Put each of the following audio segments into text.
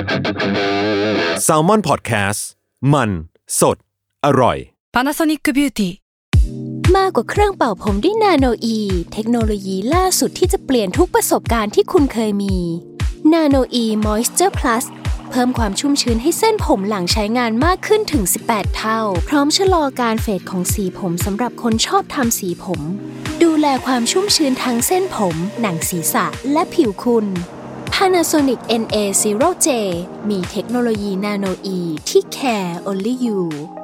Salmon Podcast มันสดอร่อย Panasonic Beauty มากกว่าเครื่องเป่าผมด้วยนาโนอีเทคโนโลยีล่าสุดที่จะเปลี่ยนทุกประสบการณ์ที่คุณเคยมีนาโนอีมอยส์เจอร์พลัสเพิ่มความชุ่มชื้นให้เส้นผมหลังใช้งานมากขึ้นถึง18เท่าพร้อมชะลอการเฟดของสีผมสำหรับคนชอบทำสีผมดูแลความชุ่มชื้นทั้งเส้นผมหนังศีรษะและผิวคุณ Panasonic NA0J มีเทคโนโลยีนาโนอีที่ care only you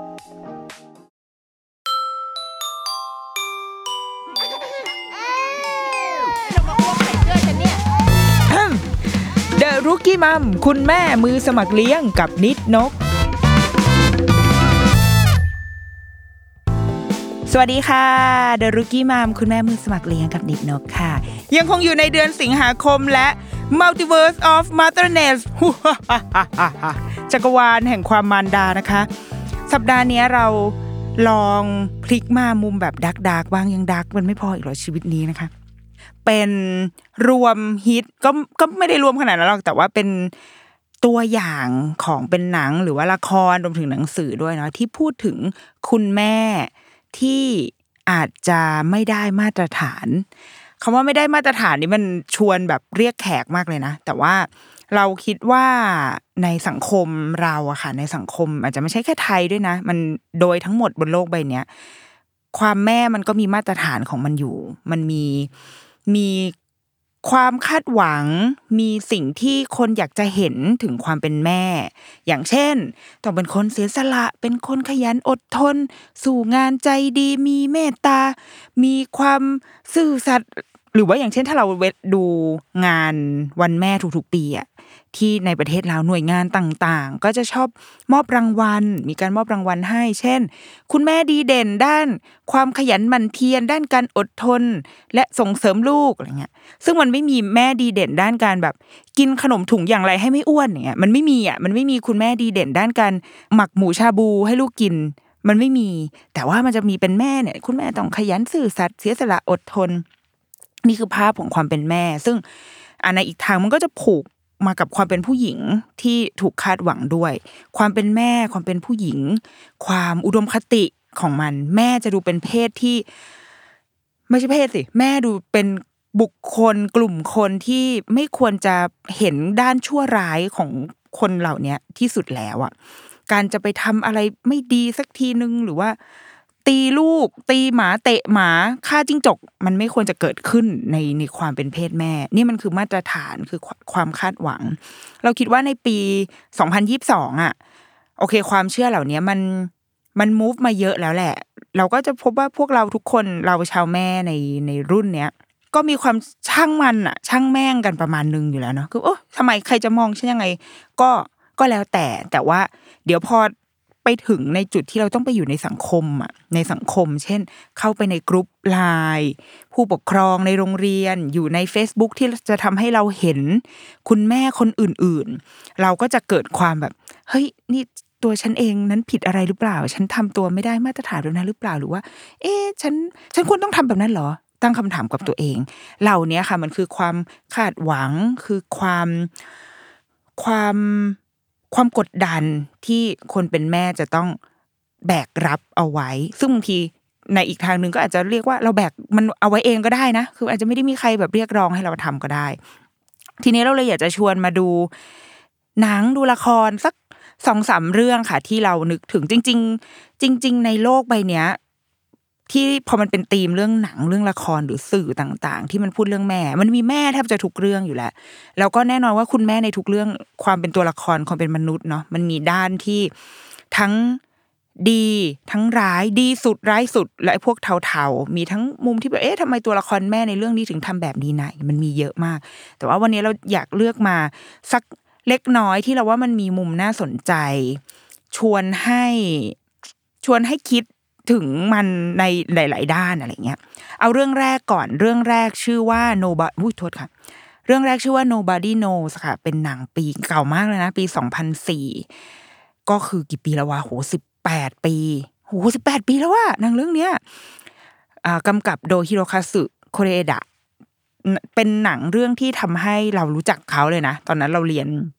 The Rookie Mom คุณแม่มือสมัครเลี้ยงกับนิดนกสวัสดีค่ะ The Rookie Mom คุณแม่มือสมัครเลี้ยงกับนิดนกค่ะยังคงอยู่ในเดือนสิงหาคมและ Multiverse of Motherness จักรวาลแห่งความมารดานะคะสัปดาห์นี้เราลองพลิกมามุมแบบดักบ้างยังดักมันไม่พออีกหรอชีวิตนี้นะคะเป็นรวมฮิตก็ไม่ได้รวมขนาดนั้นหรอกแต่ว่าเป็นตัวอย่างของเป็นหนังหรือว่าละครรวมถึงหนังสือด้วยเนาะที่พูดถึงคุณแม่ที่อาจจะไม่ได้มาตรฐานคำว่าไม่ได้มาตรฐานนี่มันชวนแบบเรียกแขกมากเลยนะแต่ว่าเราคิดว่าในสังคมเราอะค่ะในสังคมอาจจะไม่ใช่แค่ไทยด้วยนะมันโดยทั้งหมดบนโลกใบนี้ความแม่มันก็มีมาตรฐานของมันอยู่มันมีความคาดหวังมีสิ่งที่คนอยากจะเห็นถึงความเป็นแม่อย่างเช่นต้องเป็นคนเสียสละเป็นคนขยันอดทนสู่งานใจดีมีเมตตามีความซื่อสัตย์หรือว่าอย่างเช่นถ้าเราดูงานวันแม่ทุกๆปีอ่ะที่ในประเทศเราหน่วยงานต่างๆก็จะชอบมอบรางวัลมีการมอบรางวัลให้เช่นคุณแม่ดีเด่นด้านความขยันหมั่นเพียรด้านการอดทนและส่งเสริมลูกอะไรเงี้ยซึ่งมันไม่มีแม่ดีเด่นด้านการแบบกินขนมถุงอย่างไรให้ไม่อ้วนอย่างเงี้ยมันไม่มีคุณแม่ดีเด่นด้านการหมักหมูชาบูให้ลูกกินมันไม่มีแต่ว่ามันจะมีเป็นแม่เนี่ยคุณแม่ต้องขยันซื่อสัตย์เสียสละอดทนนี่คือภาพของความเป็นแม่ซึ่งในอีกทางมันก็จะผูกมากับความเป็นผู้หญิงที่ถูกคาดหวังด้วยความเป็นแม่ความเป็นผู้หญิงความอุดมคติของมันแม่จะดูเป็นเพศที่ไม่ใช่เพศสิแม่ดูเป็นบุคคลกลุ่มคนที่ไม่ควรจะเห็นด้านชั่วร้ายของคนเหล่านี้ที่สุดแล้วอ่ะการจะไปทำอะไรไม่ดีสักทีนึงหรือว่าตีลูกตีหมาเตะหมาฆ่าจิ้งจกมันไม่ควรจะเกิดขึ้นในความเป็นเพศแม่นี่มันคือมาตรฐานคือความคาดหวังเราคิดว่าในปี2022อ่ะโอเคความเชื่อเหล่านี้มัน move มาเยอะแล้วแหละเราก็จะพบว่าพวกเราทุกคนเราชาวแม่ในรุ่นเนี้ยก็มีความช่างมันอ่ะช่างแม่งกันประมาณนึงอยู่แล้วเนาะคือทำไมใครจะมองฉันยังไงก็แล้วแต่ว่าเดี๋ยวพอไปถึงในจุดที่เราต้องไปอยู่ในสังคมอ่ะในสังคมเช่นเข้าไปในกรุ๊ป LINE ผู้ปกครองในโรงเรียนอยู่ใน Facebook ที่จะทำให้เราเห็นคุณแม่คนอื่นๆเราก็จะเกิดความแบบเฮ้ยนี่ตัวฉันเองนั้นผิดอะไรหรือเปล่าฉันทำตัวไม่ได้มาตรฐานแบบนั้นหรือเปล่าหรือว่าฉันควรต้องทำแบบนั้นเหรอตั้งคำถามกับตัวเองเหล่านี้ค่ะมันคือความคาดหวังคือความกดดันที่คนเป็นแม่จะต้องแบกรับเอาไว้ซึ่งบางทีในอีกทางนึงก็อาจจะเรียกว่าเราแบกมันเอาไว้เองก็ได้นะคืออาจจะไม่ได้มีใครแบบเรียกร้องให้เราทำก็ได้ทีนี้เราเลยอยากจะชวนมาดูหนังดูละครสัก 2-3 เรื่องค่ะที่เรานึกถึงจริงในโลกใบเนี้ยที่พอมันเป็นธีมเรื่องหนังเรื่องละครหรือสื่อต่างๆที่มันพูดเรื่องแม่มันมีแม่แทบจะทุกเรื่องอยู่แล้วแล้วก็แน่นอนว่าคุณแม่ในทุกเรื่องความเป็นตัวละครความเป็นมนุษย์เนาะมันมีด้านที่ทั้งดีทั้งร้ายดีสุดร้ายสุดและพวกเทาๆมีทั้งมุมที่แบบทำไมตัวละครแม่ในเรื่องนี้ถึงทำแบบนี้ไหนมันมีเยอะมากแต่ว่าวันนี้เราอยากเลือกมาสักเล็กน้อยที่เราว่ามันมีมุมน่าสนใจชวนให้คิดถึงมันในหลายๆด้านอะไรเงี้ยเอาเรื่องแรกก่อนเรื่องแรกชื่อว่า Nobody โทษค่ะเรื่องแรกชื่อว่า Nobody Knows ค่ะเป็นหนังปีเก่ามากเลยนะปี2004ก็คือกี่ปีแล้ววะโห18ปีโห18ปีแล้วว่ะหนังเรื่องเนี้ยกำกับโดยฮิโรคาสึโคเรเอดะเป็นหนังเรื่องที่ทำให้เรารู้จักเขาเลยนะตอนนั้นเราเรียน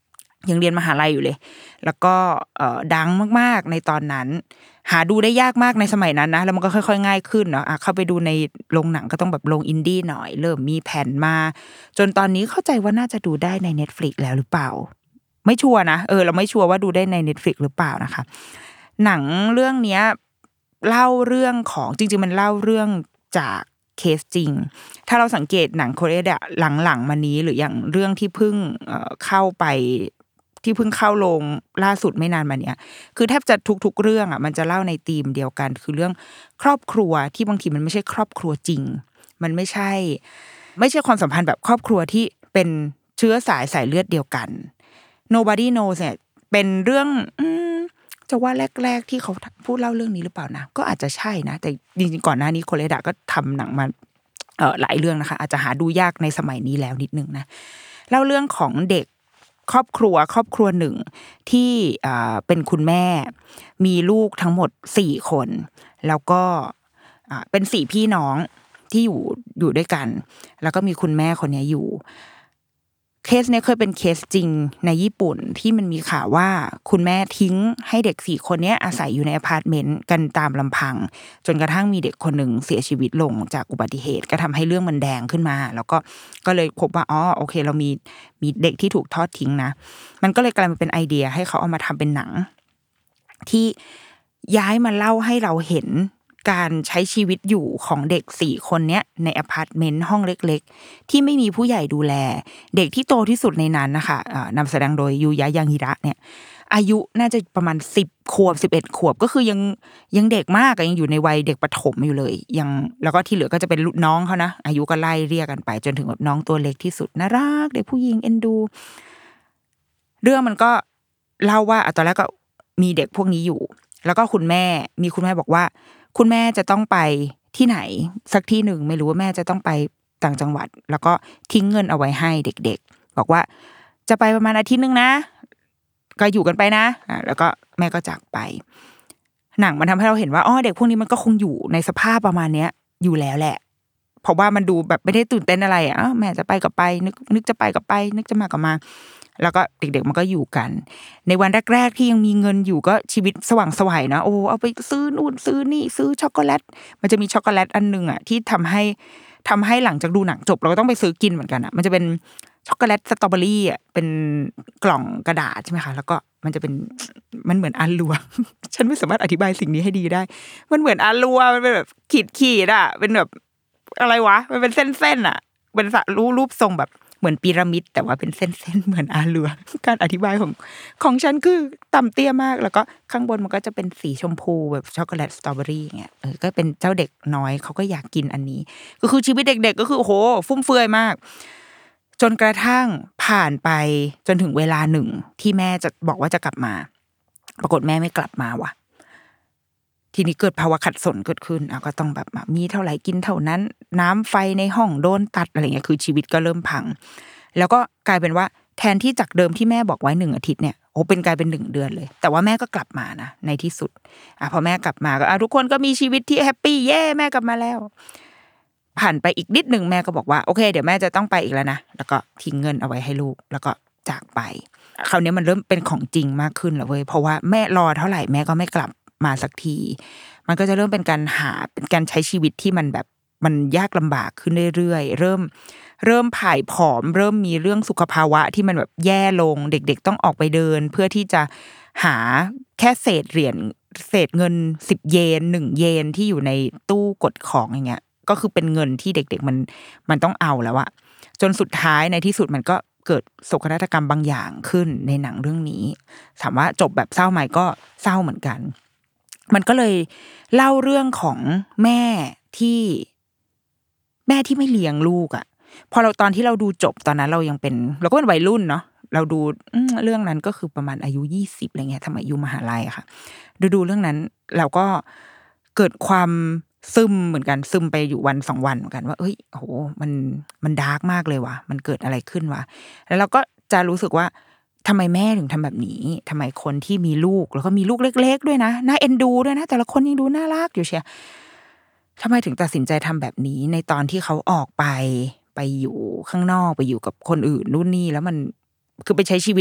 ยังเรียนมหาลัยอยู่เลยแล้วก็ดังมากๆในตอนนั้นหาดูได้ยากมากในสมัยนั้นนะแล้วมันก็ค่อยๆง่ายขึ้นเนาะเข้าไปดูในโรงหนังก็ต้องแบบโรงอินดี้หน่อยเริ่มมีแผ่นมาจนตอนนี้เข้าใจว่าน่าจะดูได้ใน Netflix แล้วหรือเปล่าไม่ชัวร์นะเราไม่ชัวร์ว่าดูได้ใน Netflix หรือเปล่านะคะหนังเรื่องเนี้ยเล่าเรื่องของจริงๆมันเล่าเรื่องจากเคสจริงถ้าเราสังเกตหนังโคเรียหลังๆมานี้หรืออย่างเรื่องที่เพิ่งเข้าไปที่เพิ่งเข้าโรงล่าสุดไม่นานมาเนี้ยคือแทบจะทุกๆเรื่องอ่ะมันจะเล่าในธีมเดียวกันคือเรื่องครอบครัวที่บางทีมันไม่ใช่ครอบครัวจริงมันไม่ใช่ความสัมพันธ์แบบครอบครัวที่เป็นเชื้อสายเลือดเดียวกัน Nobody Knows เนี่ยเป็นเรื่องจะว่าแรกๆที่เขาพูดเล่าเรื่องนี้หรือเปล่านะก็อาจจะใช่นะแต่จริงๆก่อนหน้านี้โคเรดะก็ทำหนังมาหลายเรื่องนะคะอาจจะหาดูยากในสมัยนี้แล้วนิดนึงนะเล่าเรื่องของเด็กครอบครัวหนึ่งที่เป็นคุณแม่มีลูกทั้งหมด4คนแล้วก็เป็น4พี่น้องที่อยู่ด้วยกันแล้วก็มีคุณแม่คนนี้อยู่เคสนี้เคยเป็นเคสจริงในญี่ปุ่นที่มันมีข่าวว่าคุณแม่ทิ้งให้เด็ก4คนนี้อาศัยอยู่ในอพาร์ตเมนต์กันตามลำพังจนกระทั่งมีเด็กคนหนึ่งเสียชีวิตลงจากอุบัติเหตุก็ทำให้เรื่องมันแดงขึ้นมาแล้วก็เลยพบว่าโอเคเรามีเด็กที่ถูกทอดทิ้งนะมันก็เลยกลายมาเป็นไอเดียให้เขาเอามาทำเป็นหนังที่ย้ายมาเล่าให้เราเห็นการใช้ชีวิตอยู่ของเด็ก4คนเนี้ยในอพาร์ตเมนต์ห้องเล็กๆที่ไม่มีผู้ใหญ่ดูแลเด็กที่โตที่สุดในนั้นนะคะนำแสดงโดยยูยะยังฮิระเนี่ยอายุน่าจะประมาณ10 ขวบ11 ขวบก็คือยังเด็กมากยังอยู่ในวัยเด็กประถมอยู่เลยยังแล้วก็ที่เหลือก็จะเป็นลูกน้องเขานะอายุก็ไล่เรียกกันไปจนถึงแบบน้องตัวเล็กที่สุดน่ารักเด็กผู้หญิงเอ็นดูเรื่องมันก็เล่าว่าตอนแรกก็มีเด็กพวกนี้อยู่แล้วก็คุณแม่บอกว่าคุณแม่จะต้องไปที่ไหนสักที่หนึ่งไม่รู้ว่าแม่จะต้องไปต่างจังหวัดแล้วก็ทิ้งเงินเอาไว้ให้เด็กๆบอกว่าจะไปประมาณอาทิตย์นึงนะก็อยู่กันไปนะแล้วก็แม่ก็จากไปหนังมันทำให้เราเห็นว่าเด็กพวกนี้มันก็คงอยู่ในสภาพประมาณเนี้ยอยู่แล้วแหละเพราะว่ามันดูแบบไม่ได้ตื่นเต้นอะไรแม่จะไปก็ไปนึกจะไปก็ไปนึกจะมาก็มาแล้วก็เด็กๆมันก็อยู่กันในวันแรกๆที่ยังมีเงินอยู่ก็ชีวิตสว่างไสวนะเอาไปซื้อนู่นซื้อนี่ซื้อช็อกโกแลตมันจะมีช็อกโกแลตอันนึงที่ทำให้หลังจากดูหนังจบเราก็ต้องไปซื้อกินเหมือนกันมันจะเป็นช็อกโกแลตสตรอเบอรี่เป็นกล่องกระดาษใช่ไหมคะแล้วก็มันจะเป็นมันเหมือนอาลัว ฉันไม่สามารถอธิบายสิ่งนี้ให้ดีได้มันเหมือนอาลัวมันเป็นแบบขีดเป็นแบบอะไรวะมันเป็นเส้นเป็นรูปทรงแบบเหมือนพีระมิดแต่ว่าเป็นเส้นเหมือนอาลัวการอธิบายของฉันคือต่ำเตี้ยมากแล้วก็ข้างบนมันก็จะเป็นสีชมพูแบบช็อกโกแลตสตรอเบอรี่เงี้ยก็เป็นเจ้าเด็กน้อยเขาก็อยากกินอันนี้ก็คือชีวิตเด็กๆก็คือโอ้โหฟุ่มเฟือยมากจนกระทั่งผ่านไปจนถึงเวลาหนึ่งที่แม่จะบอกว่าจะกลับมาปรากฏแม่ไม่กลับมาว่ะทีนี้เกิดภาวะขัดสนเกิดขึ้นก็ต้องแบบมีเท่าไหร่กินเท่านั้นน้ำไฟในห้องโดนตัดอะไรเงี้ยคือชีวิตก็เริ่มพังแล้วก็กลายเป็นว่าแทนที่จากเดิมที่แม่บอกไว้1 อาทิตย์เนี่ยกลายเป็น1 เดือนเลยแต่ว่าแม่ก็กลับมานะในที่สุดพอแม่กลับมาก็ทุกคนก็มีชีวิตที่แฮปปี้เย่แม่กลับมาแล้วผ่านไปอีกนิดนึงแม่ก็บอกว่าโอเคเดี๋ยวแม่จะต้องไปอีกแล้วนะแล้วก็ทิ้งเงินเอาไว้ให้ลูกแล้วก็จากไปคราวนี้มันเริ่มเป็นของจริงมากขึ้นแล้วเว้ยเพราะว่าแม่รอเท่าไหร่แม่ก็ไม่กลับมาสักทีมันก็จะเริ่มเป็นการใช้ชีวิตที่มันแบบมันยากลำบากขึ้นเรื่อยๆเริ่มผ่ายผอมเริ่มมีเรื่องสุขภาวะที่มันแบบแย่ลงเด็กๆต้องออกไปเดินเพื่อที่จะหาแค่เศษเงิน10 เยน1 เยนที่อยู่ในตู้กดของอย่างเงี้ยก็คือเป็นเงินที่เด็กๆมันต้องเอาแล้วอะจนสุดท้ายในที่สุดมันก็เกิดโศกนาฏกรรมบางอย่างขึ้นในหนังเรื่องนี้ถามว่าจบแบบเศร้าไหมก็เศร้าเหมือนกันมันก็เลยเล่าเรื่องของแม่ที่ไม่เลี้ยงลูกพอตอนที่เราดูจบตอนนั้นเราก็เป็นวัยรุ่นเนาะเราดูเรื่องนั้นก็คือประมาณอายุ20อะไรเงี้ยทำไมอยู่มหาลัยค่ะดูเรื่องนั้นเราก็เกิดความซึมเหมือนกันซึมไปอยู่วัน2 วันเหมือนกันว่าเฮ้ยโหมันดาร์กมากเลยว่ะมันเกิดอะไรขึ้นวะแล้วเราก็จะรู้สึกว่าทำไมแม่ถึงทำแบบนี้ทำไมคนที่มีลูกแล้วก็มีลูกเล็กๆด้วยนะน่าเอ็นดูด้วยนะแต่ละคนยังดูน่ารักอยู่เชียทำไมถึงตัดสินใจทำแบบนี้ในตอนที่เขาออกไปอยู่ข้างนอกไปอยู่กับคนอื่นนู่นนี่แล้วมันคือไปใช้ชีวิต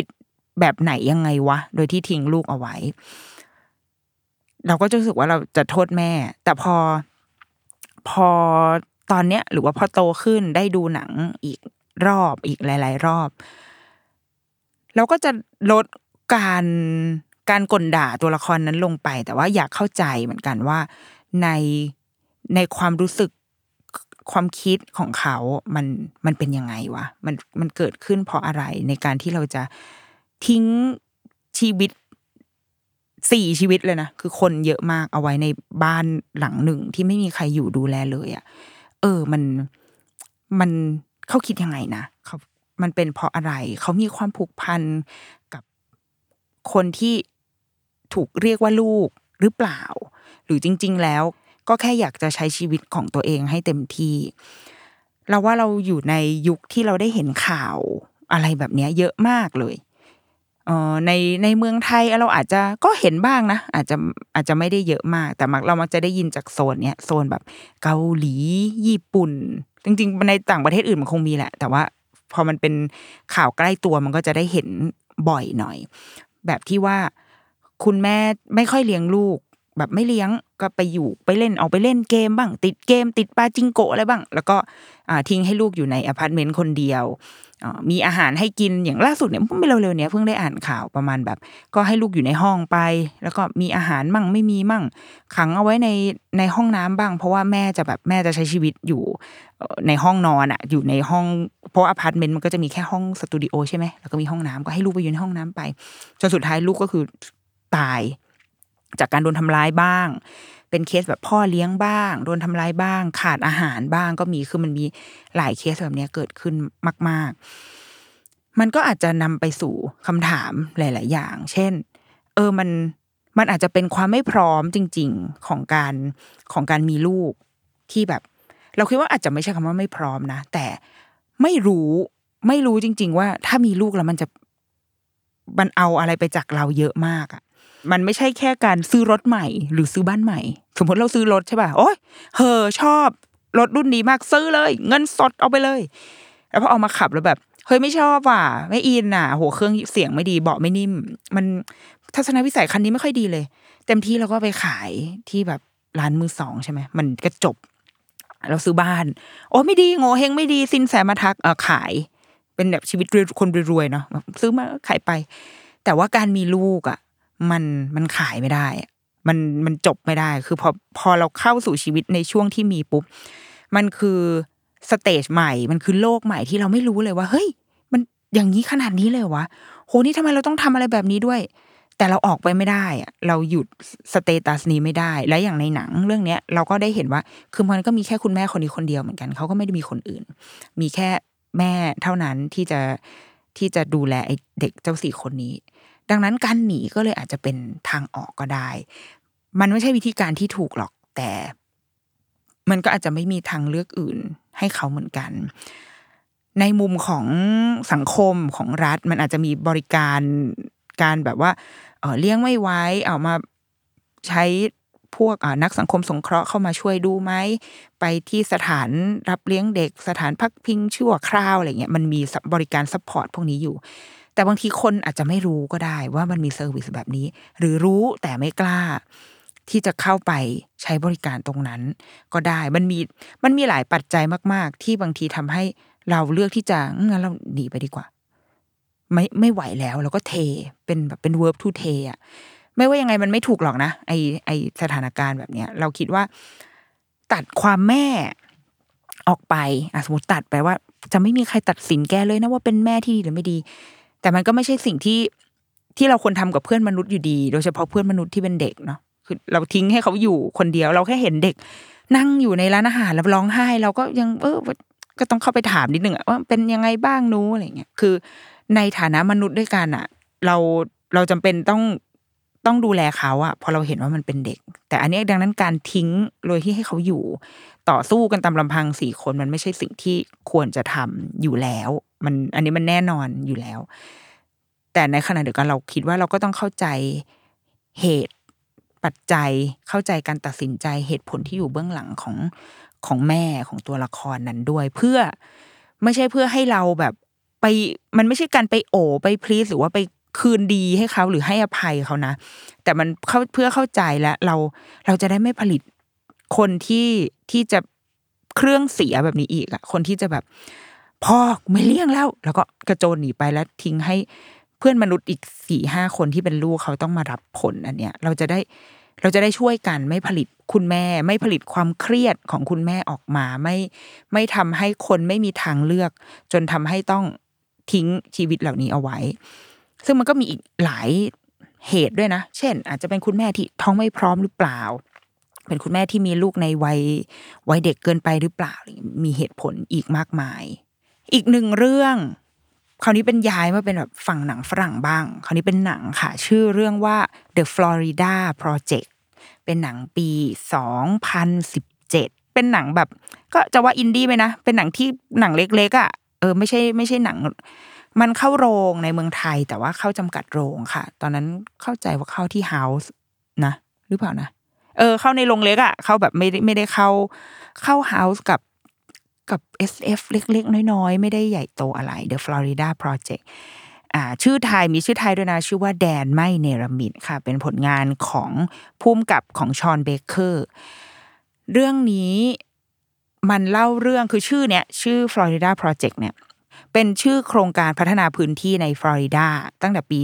แบบไหนยังไงวะโดยที่ทิ้งลูกเอาไว้เราก็จะรู้สึกว่าเราจะโทษแม่แต่พอตอนเนี้ยหรือว่าพอโตขึ้นได้ดูหนังอีกรอบอีกหลายๆรอบเราก็จะลดการกลด่าตัวละครนั้นลงไปแต่ว่าอยากเข้าใจเหมือนกันว่าในความรู้สึกความคิดของเขามันเป็นยังไงวะมันเกิดขึ้นเพราะอะไรในการที่เราจะทิ้งชีวิต4ชีวิตเลยนะคือคนเยอะมากเอาไว้ในบ้านหลังหนึ่งที่ไม่มีใครอยู่ดูแลเลยอ่ะมันเขาคิดยังไงนะมันเป็นเพราะอะไรเขามีความผูกพันกับคนที่ถูกเรียกว่าลูกหรือเปล่าหรือจริงๆแล้วก็แค่อยากจะใช้ชีวิตของตัวเองให้เต็มที่เราว่าเราอยู่ในยุคที่เราได้เห็นข่าวอะไรแบบนี้เยอะมากเลยในเมืองไทยเราอาจจะก็เห็นบ้างนะอาจจะไม่ได้เยอะมากแต่เรามักจะได้ยินจากโซนเนี้ยโซนแบบเกาหลีญี่ปุ่นจริงๆในต่างประเทศอื่นมันคงมีแหละแต่ว่าพอมันเป็นข่าวใกล้ตัวมันก็จะได้เห็นบ่อยหน่อยแบบที่ว่าคุณแม่ไม่ค่อยเลี้ยงลูกแบบไม่เลี้ยงก็ไปอยู่ไปเล่นออกไปเล่นเกมบ้างติดเกมติดปาจิงโกะอะไรบ้างแล้วก็ทิ้งให้ลูกอยู่ในอพาร์ตเมนต์คนเดียวมีอาหารให้กินอย่างล่าสุดเนี่ยไม่เร็วๆเนี้ยเพิ่งได้อ่านข่าวประมาณแบบก็ให้ลูกอยู่ในห้องไปแล้วก็มีอาหารมั่งไม่มีมั่งขังเอาไว้ในห้องน้ำบ้างเพราะว่าแม่จะใช้ชีวิตอยู่ในห้องนอนอะอยู่ในห้องเพราะอพาร์ตเมนต์มันก็จะมีแค่ห้องสตูดิโอใช่ไหมแล้วก็มีห้องน้ำก็ให้ลูกไปอยู่ในห้องน้ำไปจนสุดท้ายลูกก็คือตายจากการโดนทำร้ายบ้างเป็นเคสแบบพ่อเลี้ยงบ้างโดนทำร้ายบ้างขาดอาหารบ้างก็มีคือมันมีหลายเคสแบบนี้เกิดขึ้นมากๆมันก็อาจจะนำไปสู่คำถามหลายๆอย่างเช่นมันอาจจะเป็นความไม่พร้อมจริงๆของการมีลูกที่แบบเราคิดว่าอาจจะไม่ใช่คำว่าไม่พร้อมนะแต่ไม่รู้จริงๆว่าถ้ามีลูกแล้วมันเอาอะไรไปจากเราเยอะมากอ่ะมันไม่ใช่แค่การซื้อรถใหม่หรือซื้อบ้านใหม่สมมติเราซื้อรถใช่ป่ะโอ๊ยชอบรถรุ่นนี้มากซื้อเลยเงินสดเอาไปเลยแล้วพอเอามาขับแล้วแบบเฮ้ยไม่ชอบว่ะไม่อินอ่ะโหเครื่องเสียงไม่ดีเบาะไม่นิ่มมันทัศนวิสัยคันนี้ไม่ค่อยดีเลยเต็มที่เราก็ไปขายที่แบบร้านมือสองใช่ไหมมันก็จบเราซื้อบ้านโอ้ไม่ดีโง่เฮงไม่ดีสินแสมาทักขายเป็นแบบชีวิตคนรวยๆเนาะซื้อมาขายไปแต่ว่าการมีลูกอ่ะมันขายไม่ได้มันจบไม่ได้คือพอเราเข้าสู่ชีวิตในช่วงที่มีปุ๊บมันคือสเตจใหม่มันคือโลกใหม่ที่เราไม่รู้เลยว่าเฮ้ยมันอย่างนี้ขนาดนี้เลยวะโหนี่ทำไมเราต้องทำอะไรแบบนี้ด้วยแต่เราออกไปไม่ได้อะเราหยุดสเตตัสนี้ไม่ได้และอย่างในหนังเรื่องเนี้ยเราก็ได้เห็นว่าคือมันก็มีแค่คุณแม่คนนี้คนเดียวเหมือนกันเขาก็ไม่ได้มีคนอื่นมีแค่แม่เท่านั้นที่จะดูแลไอ้เด็กเจ้า4คนนี้ดังนั้นการหนีก็เลยอาจจะเป็นทางออกก็ได้มันไม่ใช่วิธีการที่ถูกหรอกแต่มันก็อาจจะไม่มีทางเลือกอื่นให้เขาเหมือนกันในมุมของสังคมของรัฐมันอาจจะมีบริการแบบว่าเลี้ยงไม่ไหวเอามาใช้พวกนักสังคมสงเคราะห์เข้ามาช่วยดูไหมไปที่สถานรับเลี้ยงเด็กสถานพักพิงชั่วคราวอะไรเงี้ยมันมีบริการซัพพอร์ตพวกนี้อยู่แต่บางทีคนอาจจะไม่รู้ก็ได้ว่ามันมีเซอร์วิสแบบนี้หรือรู้แต่ไม่กล้าที่จะเข้าไปใช้บริการตรงนั้นก็ได้มันมีหลายปัจจัยมากๆที่บางทีทำให้เราเลือกที่จะงั้นเราหนีไปดีกว่าไม่ไหวแล้วเราก็เทเป็นแบบเป็น verb to เทอ่ะไม่ว่ายังไงมันไม่ถูกหรอกนะไอสถานการณ์แบบเนี้ยเราคิดว่าตัดความแม่ออกไปสมมติตัดไปว่าจะไม่มีใครตัดสินแกเลยนะว่าเป็นแม่ที่ดีหรือไม่ดีแต่มันก็ไม่ใช่สิ่งที่เราควรทำกับเพื่อนมนุษย์อยู่ดีโดยเฉพาะเพื่อนมนุษย์ที่เป็นเด็กเนาะคือเราทิ้งให้เขาอยู่คนเดียวเราแค่เห็นเด็กนั่งอยู่ในร้านอาหารแล้วร้องไห้เราก็ยังก็ต้องเข้าไปถามนิดนึงว่าเป็นยังไงบ้างนู้อะไรเงี้ยคือในฐานะมนุษย์ด้วยกันเราจำเป็นต้องดูแลเขาอะพอเราเห็นว่ามันเป็นเด็กแต่อันนี้ดังนั้นการทิ้งโดยที่ให้เขาอยู่ต่อสู้กันตามลำพัง4คนมันไม่ใช่สิ่งที่ควรจะทำอยู่แล้วอันนี้มันแน่นอนอยู่แล้วแต่ในขณะเดียวกันเราคิดว่าเราก็ต้องเข้าใจเหตุปัจจัยเข้าใจการตัดสินใจเหตุผลที่อยู่เบื้องหลังของแม่ของตัวละครนั้นด้วยเพื่อไม่ใช่เพื่อให้เราแบบไปมันไม่ใช่การไปไปพลีสหรือว่าไปคืนดีให้เขาหรือให้อภัยเขานะแต่มันเพื่อเข้าใจและเราจะได้ไม่ผลิตคนที่จะเครื่องเสียแบบนี้อีกอ่ะคนที่จะแบบพ่อไม่เลี้ยงแล้วก็กระโจนหนีไปแล้วทิ้งให้เพื่อนมนุษย์อีก 4-5 คนที่เป็นลูกเขาต้องมารับผลอันเนี้ยเราจะได้ช่วยกันไม่ผลิตคุณแม่ไม่ผลิตความเครียดของคุณแม่ออกมาไม่ทำให้คนไม่มีทางเลือกจนทำให้ต้องทิ้งชีวิตเหล่านี้เอาไว้ซึ่งมันก็มีอีกหลายเหตุด้วยนะเช่นอาจจะเป็นคุณแม่ที่ท้องไม่พร้อมหรือเปล่าเป็นคุณแม่ที่มีลูกในวัยเด็กเกินไปหรือเปล่ามีเหตุผลอีกมากมายอีกหนึ่งเรื่องคราวนี้เป็นย้ายมาเป็นแบบฝั่งหนังฝรั่งบ้างคราวนี้เป็นหนังค่ะชื่อเรื่องว่า The Florida Project เป็นหนังปี2017เป็นหนังแบบก็จะว่าอินดี้ไหมนะเป็นหนังที่หนังเล็กๆอ่ะไม่ใช่หนังมันเข้าโรงในเมืองไทยแต่ว่าเข้าจำกัดโรงค่ะตอนนั้นเข้าใจว่าเข้าที่ House นะหรือเปล่านะเข้าในโรงเล็กอ่ะเข้าแบบไม่ได้เข้า House กับ SF เล็กๆน้อยๆไม่ได้ใหญ่โตอะไร The Florida Project ชื่อไทยมีชื่อไทยด้วยนะชื่อว่าแดนไม่เนรมิตค่ะเป็นผลงานของผู้กำกับของชอนเบเกอร์เรื่องนี้มันเล่าเรื่องคือชื่อเนี้ยชื่อ Florida Project เนี่ยเป็นชื่อโครงการพัฒนาพื้นที่ในฟลอริดาตั้งแต่ปี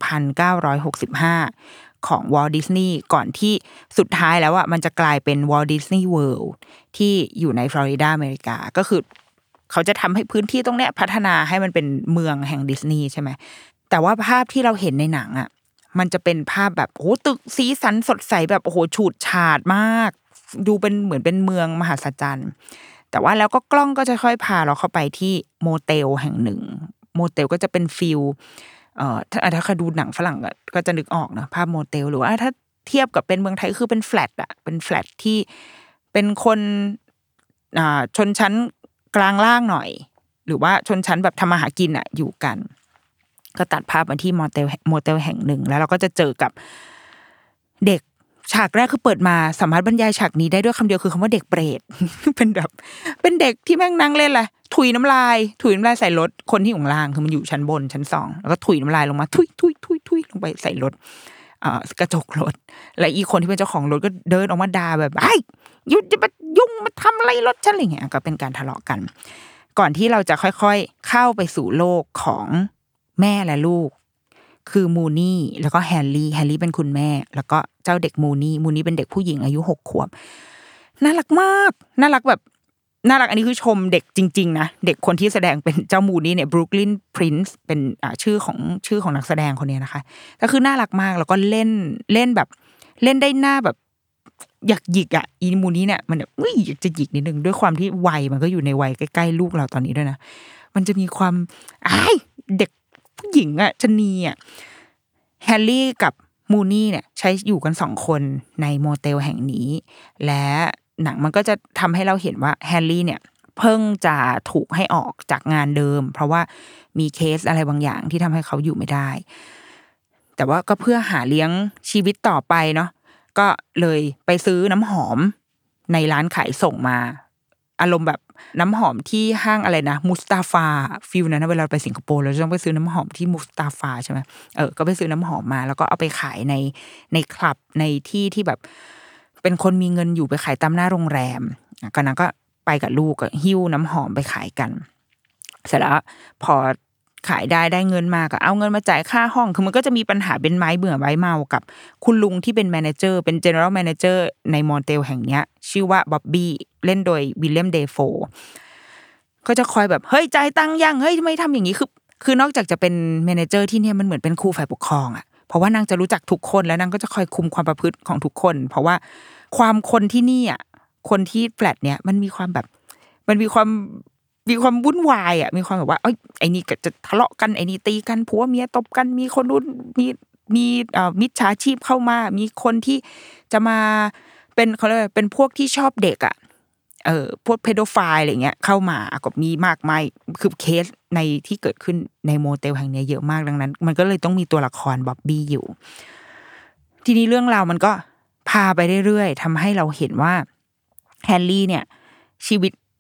1965ของ Walt Disney ก่อนที่สุดท้ายแล้วอ่ะมันจะกลายเป็น Walt Disney World ที่อยู่ในฟลอริดาอเมริกาก็คือเขาจะทำให้พื้นที่ตรงเนี้ยพัฒนาให้มันเป็นเมืองแห่งดิสนีย์ใช่ไหมแต่ว่าภาพที่เราเห็นในหนังอ่ะมันจะเป็นภาพแบบโอ้ตึกสีสันสดใสแบบโอ้โหฉูดฉาดมากดูเป็นเหมือนเป็นเมืองมหัศจรรย์แต่ว่าแล้วก็กล้องก็จะค่อยพาเราเข้าไปที่โมเตลแห่งหนึ่งโมเตลก็จะเป็นฟิลถ้าใครดูหนังฝรั่งก็จะนึกออกนะภาพโมเตลหรือว่าถ้าเทียบกับเป็นเมืองไทยคือเป็นแฟลตอ่ะเป็นแฟลตที่เป็นคนชนชั้นกลางล่างหน่อยหรือว่าชนชั้นแบบทำมาหากินอ่ะอยู่กันก็ตัดภาพมาที่โมเตลแห่งหนึ่งแล้วเราก็จะเจอกับเด็กฉากแรกคือเปิดมาสามารถบรรยายฉากนี้ได้ด้วยคำเดียวคือคำว่าเด็กเปรต เป็นแบบเป็นเด็กที่แม่งนั่งเล่นแหละถุยน้ำลายใส่รถคนที่อยู่ล่างคือมันอยู่ชั้นบนชั้น2แล้วก็ถุยน้ำลายลงมาถุยลงไปใส่รถกระจกรถและอีกคนที่เป็นเจ้าของรถก็เดินออกมาด่าแบบไอ้หยุดจะมายุ่งมาทำอะไรรถฉันอะไรเงี้ยก็เป็นการทะเลาะกันก่อนที่เราจะค่อยๆเข้าไปสู่โลกของแม่และลูกคือมูนี่แล้วก็แฮร์รี่เป็นคุณแม่แล้วก็เจ้าเด็กมูนี่เป็นเด็กผู้หญิงอายุ6 ขวบน่ารักมากน่ารักแบบน่ารักอันนี้คือชมเด็กจริงๆนะเด็กคนที่แสดงเป็นเจ้ามูนี่เนี่ยบรูคลินพรินซ์เป็นชื่อของนักแสดงคนนี้นะคะก็คือน่ารักมากแล้วก็เล่นแบบเล่นได้หน้าแบบอยากหยิกอีมูนี่เนี่ยมันอยากจะหยิกนิดนึงด้วยความที่วัยมันก็อยู่ในวัยใกล้ๆลูกเราตอนนี้ด้วยนะมันจะมีความเด็กผู้หญิงชนีแฮร์รี่กับมูนี่เนี่ยใช้อยู่กัน2 คนในโมเตลแห่งนี้และหนังมันก็จะทำให้เราเห็นว่าแฮร์รี่เนี่ยเพิ่งจะถูกให้ออกจากงานเดิมเพราะว่ามีเคสอะไรบางอย่างที่ทำให้เขาอยู่ไม่ได้แต่ว่าก็เพื่อหาเลี้ยงชีวิตต่อไปเนาะก็เลยไปซื้อน้ำหอมในร้านขายส่งมาอารมณ์แบบน้ำหอมที่ห้างอะไรนะมุสตาฟาฟิลนะเวลาไปสิงคโปร์เราจะต้องไปซื้อน้ำหอมที่มุสตาฟาใช่ไหมก็ไปซื้อน้ำหอมมาแล้วก็เอาไปขายในคลับในที่ที่แบบเป็นคนมีเงินอยู่ไปขายตามหน้าโรงแรมก็นั้นก็ไปกับลูกก็หิ้วน้ำหอมไปขายกันเสร็จแล้วพอขายได้เงินมาก็เอาเงินมาจ่ายค่าห้องคือมันก็จะมีปัญหาเป็นไม้เบื่อไม้เมากับคุณลุงที่เป็นแมเนเจอร์เป็นเจเนอรัลแมเนเจอร์ในโมเตลแห่งเนี้ยชื่อว่าบ๊อบบี้เล่นโดยวิลเลียมเดโฟก็จะคอยแบบเฮ้ยจ่ายตังค์ยังเฮ้ยทำไมทำอย่างนี้คือนอกจากจะเป็นแมเนเจอร์ที่เนี่ยมันเหมือนเป็นครูฝ่ายปกครองเพราะว่านางจะรู้จักทุกคนแล้วนางก็จะคอยคุมความประพฤติของทุกคนเพราะว่าความคนที่นี่คนที่แฟลตเนี่ยมันมีความแบบมันมีความวุ่นวายมีความแบบว่าไอ้นี่ก็จะทะเลาะกันไอ้นี่ตีกันผัวเมียตบกันมีคนนู้นมีมิจฉาชีพเข้ามามีคนที่จะมาเป็นเขาเรียกเป็นพวกที่ชอบเด็กพวกเพโดไฟล์อะไรเงี้ยเข้ามาก็มีมากมายคือเคสในที่เกิดขึ้นในโมเตลแห่งนี้เยอะมากดังนั้นมันก็เลยต้องมีตัวละครบ๊อบบี้อยู่ทีนี้เรื่องราวมันก็พาไปเรื่อยๆทำให้เราเห็นว่าแฮร์รี่เนี่ยชีวิต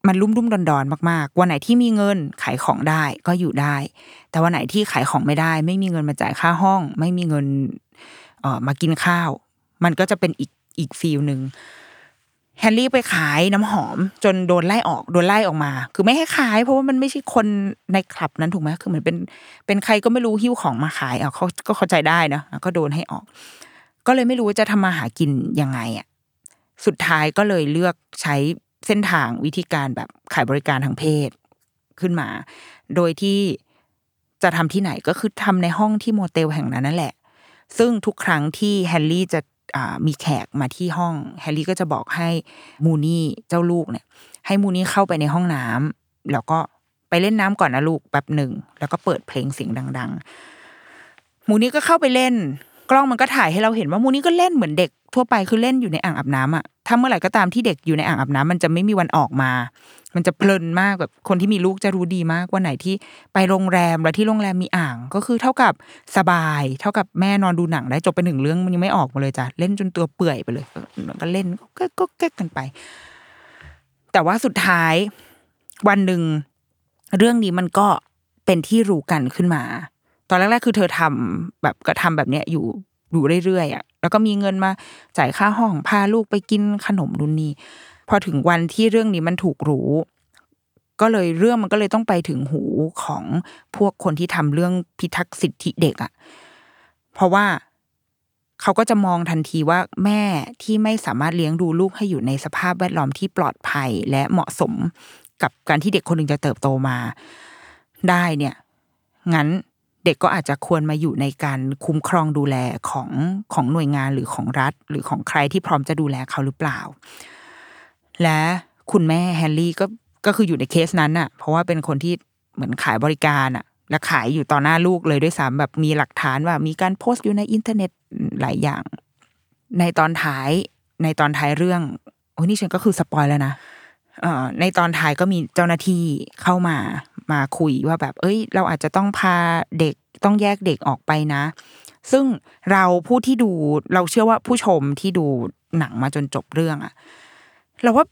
มันลุ่มๆดอนๆมากๆวันไหนที่มีเงินขายของได้ก็อยู่ได้แต่วันไหนที่ขายของไม่ได้ไม่มีเงินมาจ่ายค่าห้องไม่มีเงินมากินข้าวมันก็จะเป็นอีกฟีลนึงแฮร์รี่ไปขายน้ำหอมจนโดนไล่ออกมาคือไม่ให้ขายเพราะว่ามันไม่ใช่คนในคลับนั้นถูกไหมคือเหมือนเป็นใครก็ไม่รู้หิ้วของมาขายเขาก็เข้าใจได้นะก็โดนให้ออกก็เลยไม่รู้ว่าจะทำมาหากินยังไงสุดท้ายก็เลยเลือกใช้เส้นทางวิธีการแบบขายบริการทางเพศขึ้นมาโดยที่จะทำที่ไหนก็คือทำในห้องที่โมเตลแห่งนั้นนั่นแหละซึ่งทุกครั้งที่แฮร์รี่จะมีแขกมาที่ห้องแฮร์รี่ก็จะบอกให้มูนี่เจ้าลูกเนี่ยให้มูนี่เข้าไปในห้องน้ำแล้วก็ไปเล่นน้ำก่อนนะลูกแป๊บหนึ่งแล้วก็เปิดเพลงเสียงดังๆมูนี่ก็เข้าไปเล่นกล้องมันก็ถ่ายให้เราเห็นว่ามูนี่ก็เล่นเหมือนเด็กทั่วไปคือเล่นอยู่ในอ่างอาบน้ำถ้าเมื่อไหร่ก็ตามที่เด็กอยู่ในอ่างอาบน้ำมันจะไม่มีวันออกมามันจะเพลินมากแบบคนที่มีลูกจะรู้ดีมากว่าไหนที่ไปโรงแรมแล้วที่โรงแรมมีอ่างก็คือเท่ากับสบายเท่ากับแม่นอนดูหนังได้จบไป1เรื่องมันยังไม่ออกมาเลยจ้ะเล่นจนตัวเปื่อยไปเลยก็เล่นก็แก๊กกันไปแต่ว่าสุดท้ายวันนึงเรื่องนี้มันก็เป็นที่รู้กันขึ้นมาตอนแรกๆคือเธอทำแบบก็ทำแบบเนี้ยอยู่เรื่อยๆแล้วก็มีเงินมาจ่ายค่าห้องพาลูกไปกินขนมนู่นนี่พอถึงวันที่เรื่องนี้มันถูกรู้ก็เลยเรื่องมันก็เลยต้องไปถึงหูของพวกคนที่ทำเรื่องพิทักษ์สิทธิเด็กเพราะว่าเขาก็จะมองทันทีว่าแม่ที่ไม่สามารถเลี้ยงดูลูกให้อยู่ในสภาพแวดล้อมที่ปลอดภัยและเหมาะสมกับการที่เด็กคนหนึ่งจะเติบโตมาได้เนี่ยงั้นเด็กก็อาจจะควรมาอยู่ในการคุ้มครองดูแลของหน่วยงานหรือของรัฐหรือของใครที่พร้อมจะดูแลเขาหรือเปล่าและคุณแม่แฮร์รี่ก็คืออยู่ในเคสนั้นเพราะว่าเป็นคนที่เหมือนขายบริการและขายอยู่ต่อหน้าลูกเลยด้วยซ้ำแบบมีหลักฐานว่ามีการโพสต์อยู่ในอินเทอร์เน็ตหลายอย่างในตอนท้ายเรื่องโอ้นี่ฉันก็คือสปอยแล้วนะในตอนท้ายก็มีเจ้าหน้าที่เข้ามาคุยว่าแบบเราอาจจะต้องพาเด็กต้องแยกเด็กออกไปนะซึ่งเราผู้ที่ดูเราเชื่อว่าผู้ชมที่ดูหนังมาจนจบเรื่องเราว่า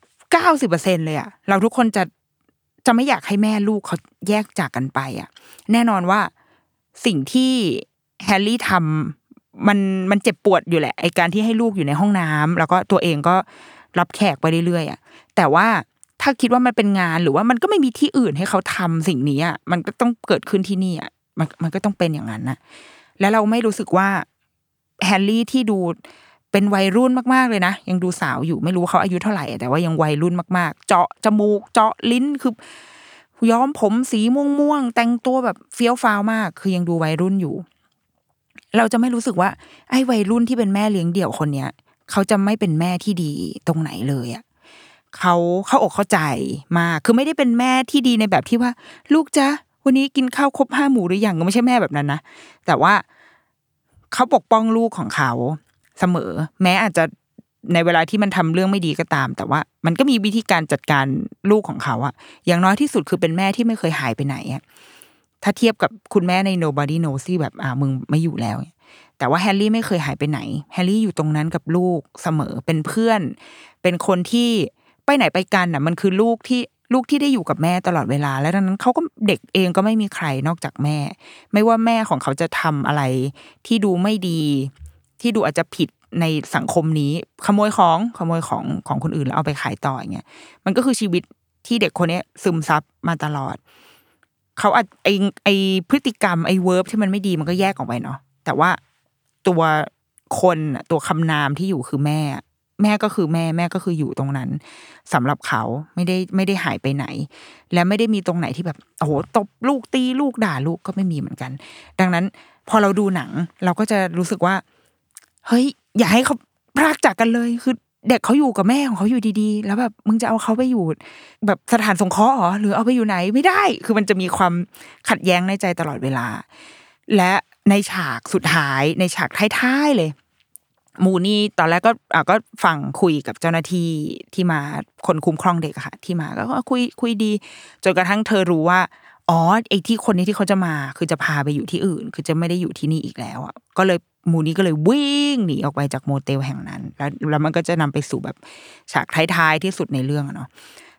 90% เลยเราทุกคนจะไม่อยากให้แม่ลูกเขาแยกจากกันไปแน่นอนว่าสิ่งที่แฮร์รี่ทำมันเจ็บปวดอยู่แหละไอ้การที่ให้ลูกอยู่ในห้องน้ำแล้วก็ตัวเองก็รับแขกไปเรื่อยๆแต่ว่าถ้าคิดว่ามันเป็นงานหรือว่ามันก็ไม่มีที่อื่นให้เขาทำสิ่งนี้มันก็ต้องเกิดขึ้นที่นี่มันก็ต้องเป็นอย่างนั้นนะแล้วเราไม่รู้สึกว่าแฮร์รี่ที่ดูเป็นวัยรุ่นมากๆเลยนะยังดูสาวอยู่ไม่รู้เขาอายุเท่าไหร่แต่ว่ายังวัยรุ่นมากๆเจาะจมูกเจาะลิ้นคือย้อมผมสีม่วงๆแต่งตัวแบบเฟี้ยวฟ้าวมากคือยังดูวัยรุ่นอยู่เราจะไม่รู้สึกว่าไอ้วัยรุ่นที่เป็นแม่เลี้ยงเดี่ยวคนเนี้ยเขาจะไม่เป็นแม่ที่ดีตรงไหนเลยเขาอกเข้าใจมากคือไม่ได้เป็นแม่ที่ดีในแบบที่ว่าลูกจ๊ะวันนี้กินข้าวครบ5 หมู่หรือยังก็ไม่ใช่แม่แบบนั้นนะแต่ว่าเขาปกป้องลูกของเขาเสมอแม้อาจจะในเวลาที่มันทำเรื่องไม่ดีก็ตามแต่ว่ามันก็มีวิธีการจัดการลูกของเขาอย่างน้อยที่สุดคือเป็นแม่ที่ไม่เคยหายไปไหนถ้าเทียบกับคุณแม่ใน Nobody Knows ที่แบบมึงไม่อยู่แล้วแต่ว่าแฮร์รี่ไม่เคยหายไปไหนแฮร์รี่อยู่ตรงนั้นกับลูกเสมอเป็นเพื่อนเป็นคนที่ไปไหนไปกันมันคือลูกที่ได้อยู่กับแม่ตลอดเวลาและดังนั้นเขาก็เด็กเองก็ไม่มีใครนอกจากแม่ไม่ว่าแม่ของเขาจะทำอะไรที่ดูไม่ดีที่ดูอาจจะผิดในสังคมนี้ขโมยของคนอื่นแล้วเอาไปขายต่ออย่างเงี้ยมันก็คือชีวิตที่เด็กคนนี้ซึมซับมาตลอดเขาไอพฤติกรรมไอเวิร์บที่มันไม่ดีมันก็แยกออกไปเนาะแต่ว่าตัวคนตัวคำนามที่อยู่คือแม่ก็คือแม่ก็คืออยู่ตรงนั้นสำหรับเขาไม่ได้หายไปไหนและไม่ได้มีตรงไหนที่แบบโอ้โหตบลูกตีลูกด่าลูกก็ไม่มีเหมือนกันดังนั้นพอเราดูหนังเราก็จะรู้สึกว่าเฮ้ยอย่าให้เขาพรากจากกันเลยคือเด็กเขาอยู่กับแม่ของเขาอยู่ดีๆแล้วแบบมึงจะเอาเขาไปอยู่แบบสถานสงเคราะห์หรอหรือเอาไปอยู่ไหนไม่ได้คือมันจะมีความขัดแย้งในใจตลอดเวลาและในฉากสุดท้ายในฉากท้ายๆเลยมูนี่ตอนแรกก็ฟังคุยกับเจ้าหน้าที่ที่มาคนคุ้มครองเด็กค่ะที่มาก็คุยดีจนกระทั่งเธอรู้ว่าไอ้ที่คนนี้ที่เขาจะมาคือจะพาไปอยู่ที่อื่นคือจะไม่ได้อยู่ที่นี่อีกแล้วก็เลยมูนี่ก็เลยวิ่งหนีออกไปจากโมเตลแห่งนั้นแล้วมันก็จะนำไปสู่แบบฉากท้ายๆที่สุดในเรื่องเนาะ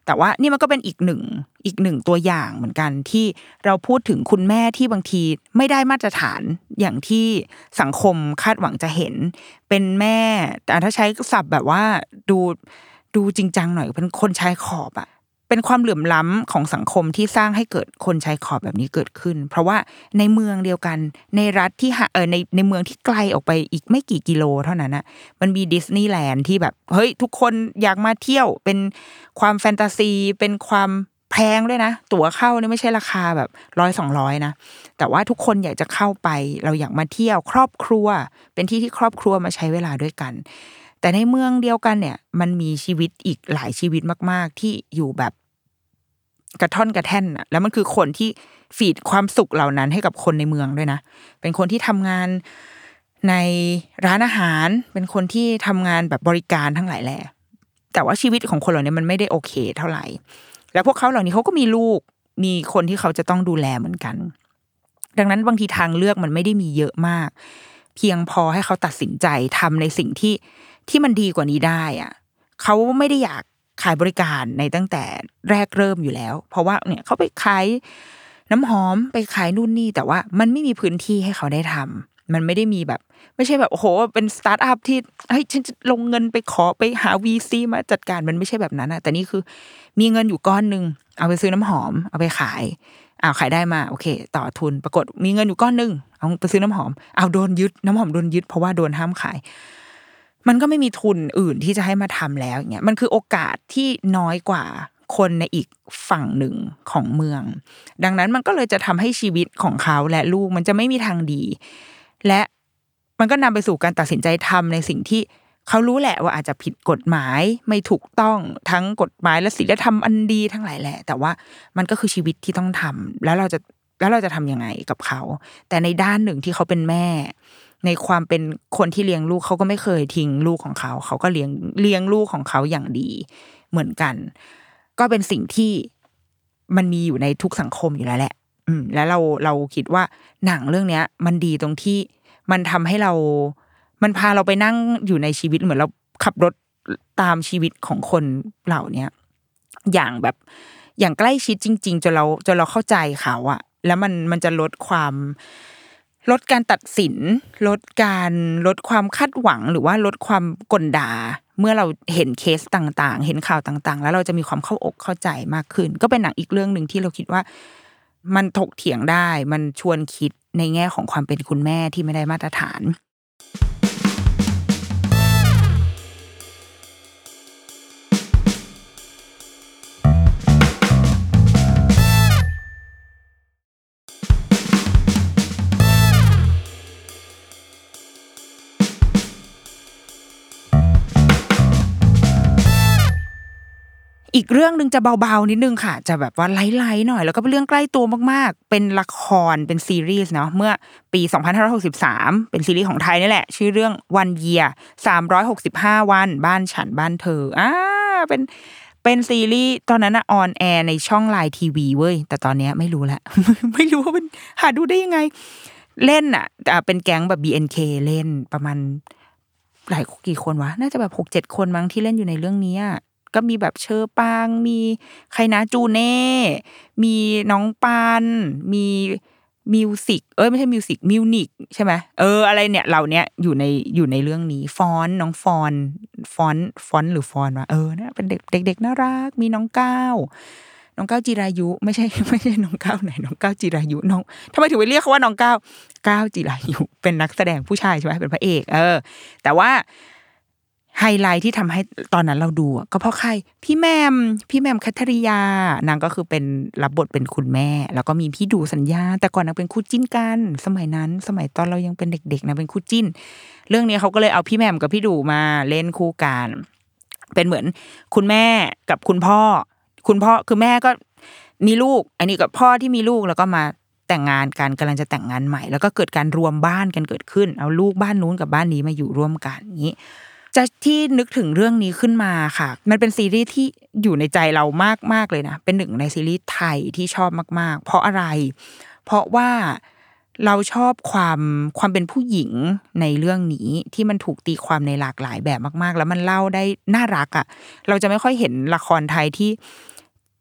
แต่ว่านี่มันก็เป็นอีกหนึ่งตัวอย่างเหมือนกันที่เราพูดถึงคุณแม่ที่บางทีไม่ได้มาตรฐานอย่างที่สังคมคาดหวังจะเห็นเป็นแม่แต่ถ้าใช้ศัพท์แบบว่าดูจริงจังหน่อยเป็นคนชายขอบอ่ะเป็นความเหลื่อมล้ำของสังคมที่สร้างให้เกิดคนชายขอบแบบนี้เกิดขึ้นเพราะว่าในเมืองเดียวกันในรัฐที่ในเมืองที่ไกลออกไปอีกไม่กี่กิโลเท่านั้นนะมันมีดิสนีย์แลนด์ที่แบบเฮ้ยทุกคนอยากมาเที่ยวเป็นความแฟนตาซีเป็นความแพงด้วยนะตั๋วเข้านี่ไม่ใช่ราคาแบบ100-200นะแต่ว่าทุกคนอยากจะเข้าไปเราอยากมาเที่ยวครอบครัวเป็นที่ที่ครอบครัวมาใช้เวลาด้วยกันแต่ในเมืองเดียวกันเนี่ยมันมีชีวิตอีกหลายชีวิตมากๆที่อยู่แบบกระท่อนกระแท่นอ่ะแล้วมันคือคนที่ฟีดความสุขเหล่านั้นให้กับคนในเมืองด้วยนะเป็นคนที่ทำงานในร้านอาหารเป็นคนที่ทำงานแบบบริการทั้งหลายแหล่แต่ว่าชีวิตของคนเหล่านี้มันไม่ได้โอเคเท่าไหร่แล้วพวกเขาเหล่านี้เขาก็มีลูกมีคนที่เขาจะต้องดูแลเหมือนกันดังนั้นบางทีทางเลือกมันไม่ได้มีเยอะมากเพียงพอให้เขาตัดสินใจทำในสิ่งที่มันดีกว่านี้ได้อ่ะเขาไม่ได้อยากขายบริการในตั้งแต่แรกเริ่มอยู่แล้วเพราะว่าเนี่ยเขาไปขายน้ำหอมไปขายนู่นนี่แต่ว่ามันไม่มีพื้นที่ให้เขาได้ทำมันไม่ได้มีแบบไม่ใช่แบบโอ้โหเป็นสตาร์ทอัพที่เฮ้ยฉันจะลงเงินไปขอไปหา VC มาจัดการมันไม่ใช่แบบนั้นนะแต่นี่คือมีเงินอยู่ก้อนนึงเอาไปซื้อน้ำหอมเอาไปขายขายได้มาโอเคต่อทุนปรากฏมีเงินอยู่ก้อนนึงเอาไปซื้อน้ำหอมโดนยึดน้ำหอมโดนยึดเพราะว่าโดนห้ามขายมันก็ไม่มีทุนอื่นที่จะให้มาทำแล้วอย่างเงี้ยมันคือโอกาสที่น้อยกว่าคนในอีกฝั่งหนึ่งของเมืองดังนั้นมันก็เลยจะทำให้ชีวิตของเขาและลูกมันจะไม่มีทางดีและมันก็นำไปสู่การตัดสินใจทำในสิ่งที่เขารู้แหละว่าอาจจะผิดกฎหมายไม่ถูกต้องทั้งกฎหมายและศีลธรรมอันดีทั้งหลายแหละแต่ว่ามันก็คือชีวิตที่ต้องทำแล้วเราจะทำยังไงกับเขาแต่ในด้านหนึ่งที่เขาเป็นแม่ในความเป็นคนที่เลี้ยงลูกเขาก็ไม่เคยทิ้งลูกของเขาเขาก็เลี้ยงลูกของเขาอย่างดีเหมือนกันก็เป็นสิ่งที่มันมีอยู่ในทุกสังคมอยู่แล้วแหละแล้วเราคิดว่าหนังเรื่องเนี้ยมันดีตรงที่มันทำให้มันพาเราไปนั่งอยู่ในชีวิตเหมือนเราขับรถตามชีวิตของคนเหล่านี้อย่างใกล้ชิดจริงๆจนเราเข้าใจเขาอะแล้วมันจะลดการตัดสินลดความคาดหวังหรือว่าลดความกลด่าเมื่อเราเห็นเคสต่างๆเห็นข่าวต่างๆแล้วเราจะมีความเข้าอกเข้าใจมากขึ้นก็เป็นหนังอีกเรื่องนึงที่เราคิดว่ามันถกเถียงได้มันชวนคิดในแง่ของความเป็นคุณแม่ที่ไม่ได้มาตรฐานอีกเรื่องนึงจะเบาๆนิดนึงค่ะจะแบบว่าไลท์ๆหน่อยแล้วก็เป็นเรื่องใกล้ตัวมากๆเป็นละครเป็นซีรีส์เนาะเมื่อปี2563เป็นซีรีส์ของไทยนี่แหละชื่อเรื่อง One Year 365วันบ้านฉันบ้านเธอเป็นซีรีส์ตอนนั้นออนแอร์ในช่อง Line TV เว้ยแต่ตอนนี้ไม่รู้ละ ไม่รู้ว่ามันหาดูได้ยังไงเล่นเป็นแก๊งแบบ BNK เล่นประมาณหลายกี่คนวะน่าจะแบบ 6-7 คนมั้งที่เล่นอยู่ในเรื่องนี้ก็มีแบบเชอปางมีใครนะจูเน่มีน้องปานมีมิวสิกไม่ใช่มิวสิกมิวนิกใช่ไหมอะไรเนี่ยเหล่านี้อยู่ในเรื่องนี้ฟอนน้องฟอนหรือฟอนวะนะเป็นเด็กน่ารักมีน้องก้าวจิรายุไม่ใช่น้องก้าวไหนน้องก้าวจิรายุน้องทำไมถึงไปเรียกเขาว่าน้องก้าวจิรายุเป็นนักแสดงผู้ชายใช่ไหมเป็นพระเอกแต่ว่าไฮไลท์ที่ทำให้ตอนนั้นเราดูก็เพราะใครพี่แมมคัทริยานางก็คือเป็นรับบทเป็นคุณแม่แล้วก็มีพี่ดูสัญญาแต่ก่อนนางเป็นคู่จิ้นกันสมัยตอนเรายังเป็นเด็กๆนะเป็นคู่จิ้นเรื่องนี้เขาก็เลยเอาพี่แมมกับพี่ดูมาเล่นคู่กันเป็นเหมือนคุณแม่กับคุณพ่อคือแม่ก็มีลูกอันนี้กับพ่อที่มีลูกแล้วก็มาแต่งงานกันกำลังจะแต่งงานใหม่แล้วก็เกิดการรวมบ้านกันเกิดขึ้นเอาลูกบ้านนู้นกับบ้านนี้มาอยู่ร่วมกันอย่างนี้จะที่นึกถึงเรื่องนี้ขึ้นมาค่ะมันเป็นซีรีส์ที่อยู่ในใจเรามากๆเลยนะเป็นหนึ่งในซีรีส์ไทยที่ชอบมากๆเพราะอะไรเพราะว่าเราชอบความเป็นผู้หญิงในเรื่องนี้ที่มันถูกตีความในหลากหลายแบบมากๆแล้วมันเล่าได้น่ารักเราจะไม่ค่อยเห็นละครไทยที่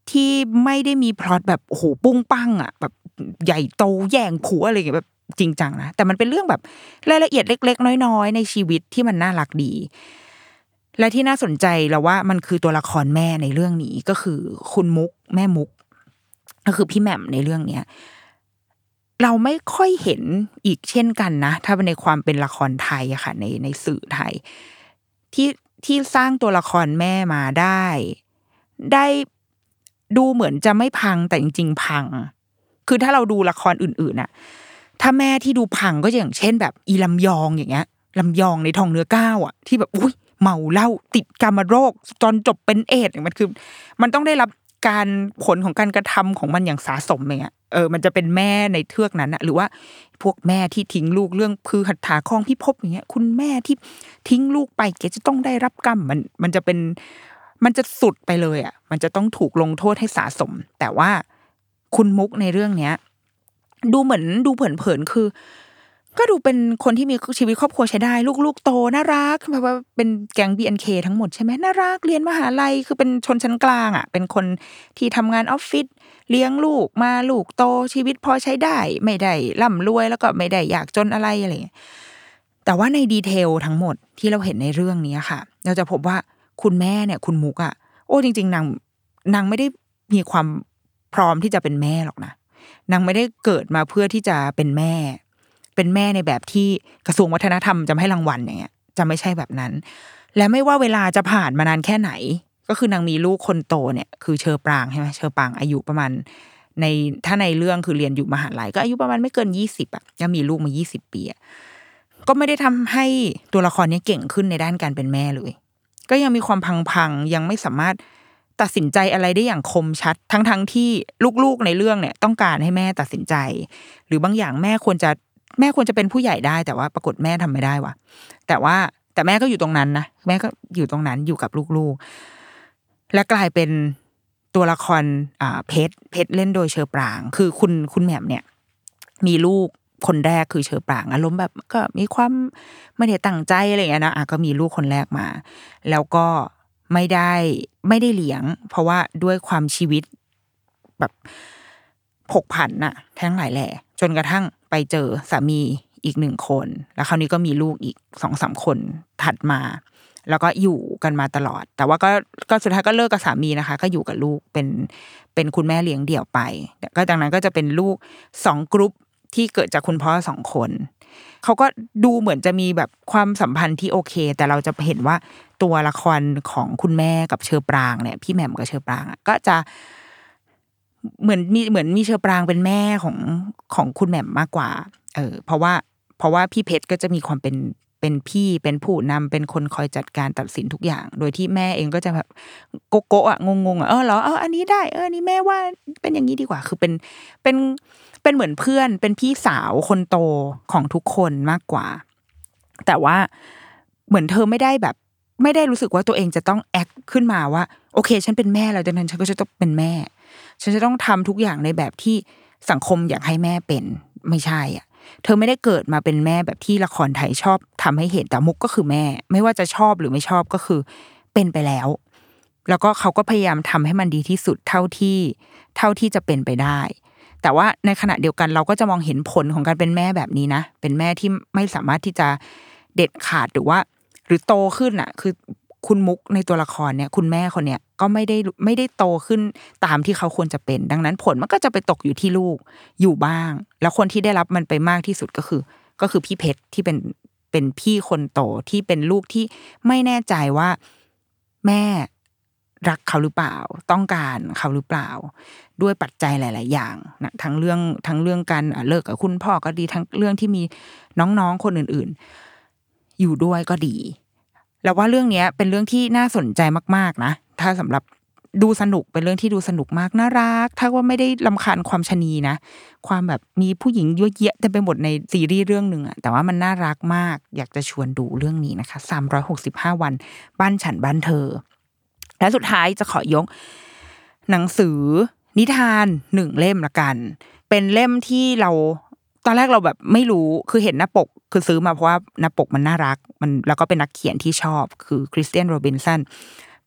ที่ไม่ได้มีพล็อตแบบโอ้โหปุ้งปังอ่ะแบบใหญ่โตแย่งผัวอะไรอย่างเงี้ยแบบจริงจังนะแต่มันเป็นเรื่องแบบรายละเอียดเล็กๆน้อยๆในชีวิตที่มันน่ารักดีและที่น่าสนใจแล้วว่ามันคือตัวละครแม่ในเรื่องนี้ก็คือคุณมุกแม่มุกก็คือพี่แหม่มในเรื่องเนี้ยเราไม่ค่อยเห็นอีกเช่นกันนะถ้าในความเป็นละครไทยอะค่ะในสื่อไทยที่สร้างตัวละครแม่มาได้ดูเหมือนจะไม่พังแต่จริงๆพังคือถ้าเราดูละครอื่นๆน่ะถ้าแม่ที่ดูพังก็อย่างเช่นแบบอีลำยองอย่างเงี้ยลำยองในทองเนื้อก้าวอ่ะที่แบบอุ้ยเมาเหล้าติดกามโรคจนจบเป็นเอดส์มันคือมันต้องได้รับการผลของการกระทำของมันอย่างสาสมอย่างเงี้ยมันจะเป็นแม่ในเทือกนั้นอะหรือว่าพวกแม่ที่ทิ้งลูกเรื่องคือหัตถาคองพิภพอย่างเงี้ยคุณแม่ที่ทิ้งลูกไปแกจะต้องได้รับกรรมมันจะเป็นมันจะสุดไปเลยอ่ะมันจะต้องถูกลงโทษให้สาสมแต่ว่าคุณมุกในเรื่องเนี้ยดูเหมือนดูเผินๆคือก็ดูเป็นคนที่มีชีวิตครอบครัวใช้ได้ลูกๆโตน่ารักแบบว่าเป็นแก๊ง BNK ทั้งหมดใช่ไหมน่ารักเรียนมหาลัยคือเป็นชนชั้นกลางอ่ะเป็นคนที่ทำงานออฟฟิศเลี้ยงลูกมาลูกโตชีวิตพอใช้ได้ไม่ได้ร่ำรวยแล้วก็ไม่ได้ยากจนอะไรอะไรอย่างเงี้ยแต่ว่าในดีเทลทั้งหมดที่เราเห็นในเรื่องนี้ค่ะเราจะพบว่าคุณแม่เนี่ยคุณมุกอ่ะโอ้จริงๆนางไม่ได้มีความพร้อมที่จะเป็นแม่หรอกนะนางไม่ได้เกิดมาเพื่อที่จะเป็นแม่ในแบบที่กระทรวงวัฒนธรรมจะให้รางวัลอย่างเงี้ยจะไม่ใช่แบบนั้นและไม่ว่าเวลาจะผ่านมานานแค่ไหนก็คือนางมีลูกคนโตเนี่ยคือเชอปรางใช่ไหมเชอปรางอายุประมาณถ้าในเรื่องคือเรียนอยู่มหาลัยก็อายุประมาณไม่เกิน20อ่ะยังมีลูกมา20ปีก็ไม่ได้ทำให้ตัวละครนี้เก่งขึ้นในด้านการเป็นแม่เลยก็ยังมีความพังยังไม่สามารถตัดสินใจอะไรได้อย่างคมชัดทั้งที่ลูกๆในเรื่องเนี่ยต้องการให้แม่ตัดสินใจหรือบางอย่างแม่ควรจะเป็นผู้ใหญ่ได้แต่ว่าปรากฏแม่ทำไม่ได้ว่ะแต่แม่ก็อยู่ตรงนั้นนะแม่ก็อยู่ตรงนั้นอยู่กับลูกๆและกลายเป็นตัวละครเพชรเล่นโดยเชอปรางคือคุณแหม่มเนี่ยมีลูกคนแรกคือเชอปรางอารมณ์แบบก็มีความไม่ได้ตั้งใจอะไรอย่างเงี้ยนะก็มีลูกคนแรกมาแล้วก็ไม่ได้เลี้ยงเพราะว่าด้วยความชีวิตแบบผกผันน่ะทั้งหลายแหล่จนกระทั่งไปเจอสามีอีก1คนแล้วคราวนี้ก็มีลูกอีก 2-3 คนถัดมาแล้วก็อยู่กันมาตลอดแต่ว่าก็สุดท้ายก็เลิกกับสามีนะคะก็อยู่กับลูกเป็นคุณแม่เลี้ยงเดี่ยวไปก็ดังนั้นก็จะเป็นลูก2กรุ๊ปที่เกิดจากคุณพ่อ2คนเขาก็ดูเหมือนจะมีแบบความสัมพันธ์ที่โอเคแต่เราจะเห็นว่าตัวละครของคุณแม่กับเชอปรางเนี่ยพี่แหม่มกับเชอปรางก็จะเหมือนมีเชอปรางเป็นแม่ของคุณแหม่มมากกว่าเพราะว่าพี่เพชรก็จะมีความเป็นพี่เป็นผู้นำเป็นคนคอยจัดการตัดสินทุกอย่างโดยที่แม่เองก็จะแบบโกโก้อ่ะงงๆอ่ะเหรออันนี้ได้อันนี้แม่ว่าเป็นอย่างนี้ดีกว่าคือเป็นเหมือนเพื่อนเป็นพี่สาวคนโตของทุกคนมากกว่าแต่ว่าเหมือนเธอไม่ได้รู้สึกว่าตัวเองจะต้องแอคขึ้นมาว่าโอเคฉันเป็นแม่แล้วดังนั้นฉันก็จะต้องเป็นแม่ฉันจะต้องทำทุกอย่างในแบบที่สังคมอยากให้แม่เป็นไม่ใช่อ่ะเธอไม่ได้เกิดมาเป็นแม่แบบที่ละครไทยชอบทำให้เห็นแต่มุกก็คือแม่ไม่ว่าจะชอบหรือไม่ชอบก็คือเป็นไปแล้วก็เขาก็พยายามทำให้มันดีที่สุดเท่าที่จะเป็นไปได้แต่ว่าในขณะเดียวกันเราก็จะมองเห็นผลของการเป็นแม่แบบนี้นะเป็นแม่ที่ไม่สามารถที่จะเด็ดขาดหรือโตขึ้นอ่ะคือคุณมุกในตัวละครเนี่ยคุณแม่คนเนี้ยก็ไม่ได้โตขึ้นตามที่เขาควรจะเป็นดังนั้นผลมันก็จะไปตกอยู่ที่ลูกอยู่บ้างแล้วคนที่ได้รับมันไปมากที่สุดก็คือพี่เพชรที่เป็นพี่คนโตที่เป็นลูกที่ไม่แน่ใจว่าแม่รักเขาหรือเปล่าต้องการเขาหรือเปล่าด้วยปัจจัยหลายๆอย่างนะทั้งเรื่องการเลิกกับคุณพ่อก็ดีทั้งเรื่องที่มีน้องๆคนอื่นๆอยู่ด้วยก็ดีแล้วว่าเรื่องนี้เป็นเรื่องที่น่าสนใจมากๆนะถ้าสำหรับดูสนุกเป็นเรื่องที่ดูสนุกมากน่ารักถ้าว่าไม่ได้รำคาญความชะนีนะความแบบมีผู้หญิงยั่วเยะเต็มไปหมดในซีรีส์เรื่องนึงอ่ะแต่ว่ามันน่ารักมากอยากจะชวนดูเรื่องนี้นะคะ365วันบ้านฉันบ้านเธอและสุดท้ายจะขอยกหนังสือนิทาน1เล่มละกันเป็นเล่มที่เราตอนแรกเราแบบไม่รู้คือเห็นหน้าปกคือซื้อมาเพราะว่าหน้าปกมันน่ารักมันแล้วก็เป็นนักเขียนที่ชอบคือคริสเตียนโรบินสัน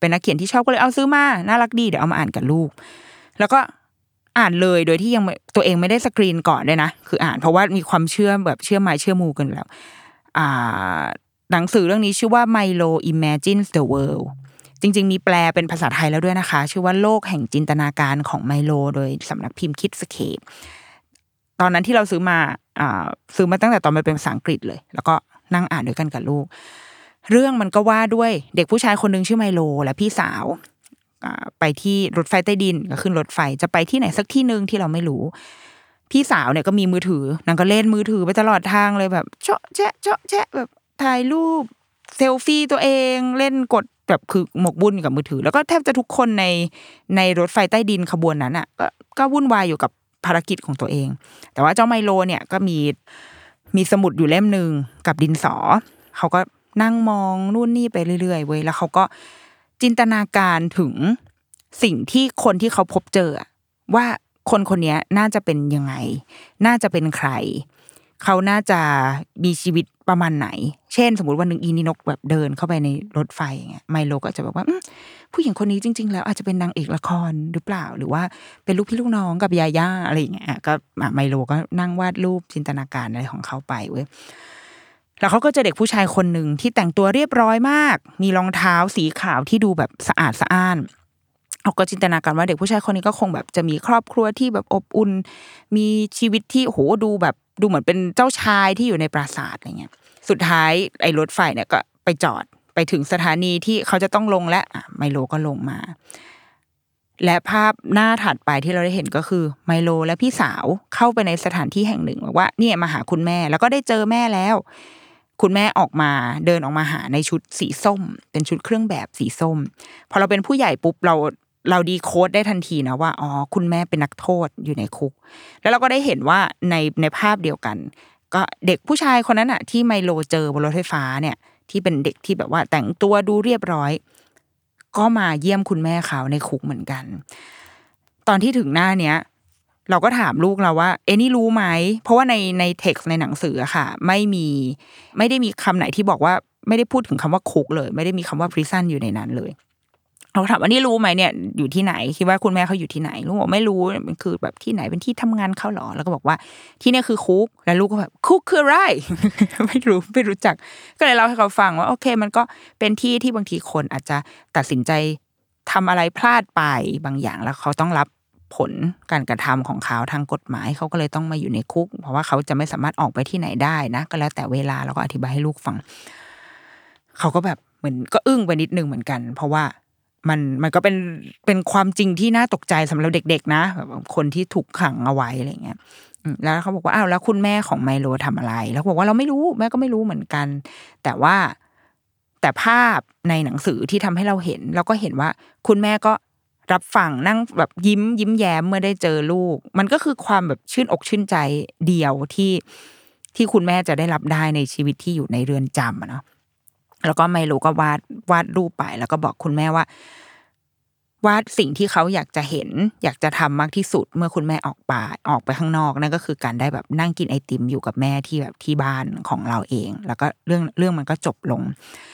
เป็นนักเขียนที่ชอบก็เลยเอาซื้อมาน่ารักดีเดี๋ยวเอามาอ่านกับลูกแล้วก็อ่านเลยโดยที่ยังตัวเองไม่ได้สกรีนก่อนด้วยนะคืออ่านเพราะว่ามีความเชื่อแบบเชื่อไม้เชื่อมูกันแล้วหนังสือเรื่องนี้ชื่อว่า Milo Imagines the World จริงๆมีแปลเป็นภาษาไทยแล้วด้วยนะคะชื่อว่าโลกแห่งจินตนาการของไมโลโดยสำนักพิมพ์ Kidscape ตอนนั้นที่เราซื้อมาตั้งแต่ตอนมันเป็นภาษาอังกฤษเลยแล้วก็นั่งอ่านด้วยกันกับลูกเรื่องมันก็ว่าด้วยเด็กผู้ชายคนนึงชื่อไมโลและพี่สาวไปที่รถไฟใต้ดินก็ขึ้นรถไฟจะไปที่ไหนสักที่นึงที่เราไม่รู้พี่สาวเนี่ยก็มีมือถือนางก็เล่นมือถือไปตลอดทางเลยแบบเจาะแจ๊ะแบบถ่ายรูปเซลฟี่ตัวเองเล่นกดแบบคือหมกบุญกับมือถือแล้วก็แทบจะทุกคนในรถไฟใต้ดินขบวนนั้นอ่ะก็วุ่นวายอยู่กับภารกิจของตัวเองแต่ว่าเจ้าไมโลเนี่ยก็มีสมุดอยู่เล่มนึงกับดินสอเขาก็นั่งมองนู่นนี่ไปเรื่อยๆเว้ยแล้วเขาก็จินตนาการถึงสิ่งที่คนที่เขาพบเจอว่าคนนี้น่าจะเป็นยังไงน่าจะเป็นใครเขาน่าจะมีชีวิตประมาณไหนเช่นสมมติวันนึงอีนินกแบบเดินเข้าไปในรถไฟอย่างเงี้ยไมโลก็จะบอกว่าผู้หญิงคนนี้จริงๆแล้วอาจจะเป็นนางเอกละครหรือเปล่าหรือว่าเป็นลูกพี่ลูกน้องกับยาย่าอะไรอย่างเงี้ยก็ไมโลก็นั่งวาดรูปจินตนาการอะไรของเขาไปเว้ยแล้วเขาก็เจอเด็กผู้ชายคนหนึ่งที่แต่งตัวเรียบร้อยมากมีรองเท้าสีขาวที่ดูแบบสะอาดสะอ้านเขาก็จินตนาการว่าเด็กผู้ชายคนนี้ก็คงแบบจะมีครอบครัวที่แบบอบอุ่นมีชีวิตที่โหดูเหมือนเป็นเจ้าชายที่อยู่ในปราสาทอะไรเงี้ยสุดท้ายไอ้รถไฟเนี่ยก็ไปจอดไปถึงสถานีที่เขาจะต้องลงและไมโลก็ลงมาและภาพหน้าถัดไปที่เราได้เห็นก็คือไมโลและพี่สาวเข้าไปในสถานที่แห่งหนึ่งบอกว่าเนี่ยมาหาคุณแม่แล้วก็ได้เจอแม่แล้วคุณแม่ออกมาเดินออกมาหาในชุดสีส้มเป็นชุดเครื่องแบบสีส้มพอเราเป็นผู้ใหญ่ปุ๊บเราดีโค้ดได้ทันทีนะว่าอ๋อคุณแม่เป็นนักโทษอยู่ในคุกแล้วเราก็ได้เห็นว่าในภาพเดียวกันก็เด็กผู้ชายคนนั้นอ่ะที่ไมโลเจอบนรถไฟฟ้าเนี่ยที่เป็นเด็กที่แบบว่าแต่งตัวดูเรียบร้อยก็มาเยี่ยมคุณแม่เขาในคุกเหมือนกันตอนที่ถึงหน้าเนี้ยเราก็ถามลูกเราว่านี่รู้ไหมเพราะว่าในเท็กซ์ในหนังสืออะค่ะไม่ได้มีคำไหนที่บอกว่าไม่ได้พูดถึงคำว่าคุกเลยไม่ได้มีคำว่า prison อยู่ในนั้นเลยเราถามว่านี่รู้ไหมเนี่ยอยู่ที่ไหนคิดว่าคุณแม่เขาอยู่ที่ไหนลูกบอกไม่รู้มันคือแบบที่ไหนเป็นที่ทำงานเขาหรอแล้วก็บอกว่าที่นี่คือคุกแล้วลูกก็แบบคุกคืออะไร ไม่รู้จักก็เลยเล่าให้เขาฟังว่าโอเคมันก็เป็นที่ที่บางทีคนอาจจะตัดสินใจทำอะไรพลาดไปบางอย่างแล้วเขาต้องรับผลการกระทำของเขาทางกฎหมายเขาก็เลยต้องมาอยู่ในคุกเพราะว่าเขาจะไม่สามารถออกไปที่ไหนได้นะก็แล้วแต่เวลาเราก็อธิบายให้ลูกฟังเขาก็แบบเหมือนก็อึ้งไปนิดนึงเหมือนกันเพราะว่ามันก็เป็นความจริงที่น่าตกใจสำหรับเด็กๆนะแบบคนที่ถูกขังเอาไว้อะไรเงี้ยแล้วเขาบอกว่าอ้าวแล้วคุณแม่ของไมโลทำอะไรแล้วบอกว่าเราไม่รู้แม่ก็ไม่รู้เหมือนกันแต่ภาพในหนังสือที่ทำให้เราเห็นเราก็เห็นว่าคุณแม่ก็รับฟังนั่งแบบยิ้มแย้มเมื่อได้เจอลูกมันก็คือความแบบชื่นอกชื่นใจเดียวที่คุณแม่จะได้รับได้ในชีวิตที่อยู่ในเรือนจำเนาะแล้วก็ไมโลก็วาดรูปไปแล้วก็บอกคุณแม่ว่าวาดสิ่งที่เขาอยากจะเห็นอยากจะทำมากที่สุดเมื่อคุณแม่ออกไปข้างนอกนั่นก็คือการได้แบบนั่งกินไอติมอยู่กับแม่ที่แบบที่บ้านของเราเองแล้วก็เรื่องมันก็จบลง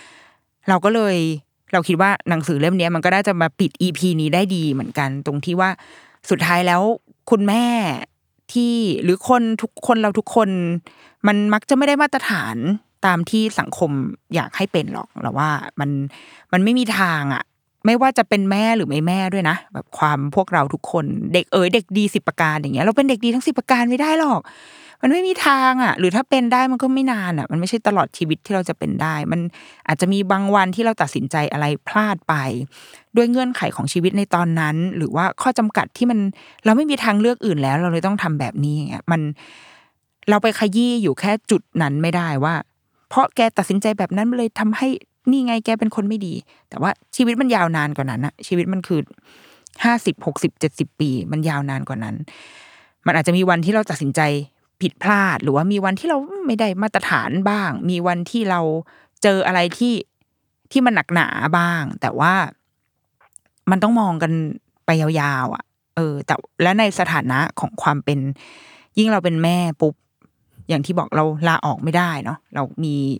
เราคิดว่าหนังสือเล่มนี้มันก็น่าจะมาปิด EP นี้ได้ดีเหมือนกันตรงที่ว่าสุดท้ายแล้วคุณแม่ที่หรือเราทุกคนมันมักจะไม่ได้มาตรฐานตามที่สังคมอยากให้เป็นหรอกเราว่ามันไม่มีทางอ่ะไม่ว่าจะเป็นแม่หรือไม่แม่ด้วยนะแบบความพวกเราทุกคนเด็กเด็กดี10ประการอย่างเงี้ยเราเป็นเด็กดีทั้ง10ประการไม่ได้หรอกมันไม่มีทางอ่ะหรือถ้าเป็นได้มันก็ไม่นานอ่ะมันไม่ใช่ตลอดชีวิตที่เราจะเป็นได้มันอาจจะมีบางวันที่เราตัดสินใจอะไรพลาดไปด้วยเงื่อนไขของชีวิตในตอนนั้นหรือว่าข้อจำกัดที่เราไม่มีทางเลือกอื่นแล้วเราเลยต้องทำแบบนี้อย่างเงี้ยเราไปขยี้อยู่แค่จุดนั้นไม่ได้ว่าเพราะแกตัดสินใจแบบนั้นเลยทำให้นี่ไงแกเป็นคนไม่ดีแต่ว่าชีวิตมันยาวนานกว่านั้นนะชีวิตมันคือ50 60 70ปีมันยาวนานกว่านั้นมันอาจจะมีวันที่เราตัดสินใจผิดพลาดหรือว่ามีวันที่เราไม่ได้มาตรฐานบ้างมีวันที่เราเจออะไรที่มันหนักหนาบ้างแต่ว่ามันต้องมองกันไปยาวๆอ่ะแต่และในสถานะของความเป็นยิ่งเราเป็นแม่ปุ๊บอย่างที่บอกเราลาออกไม่ได้เนาะเรามี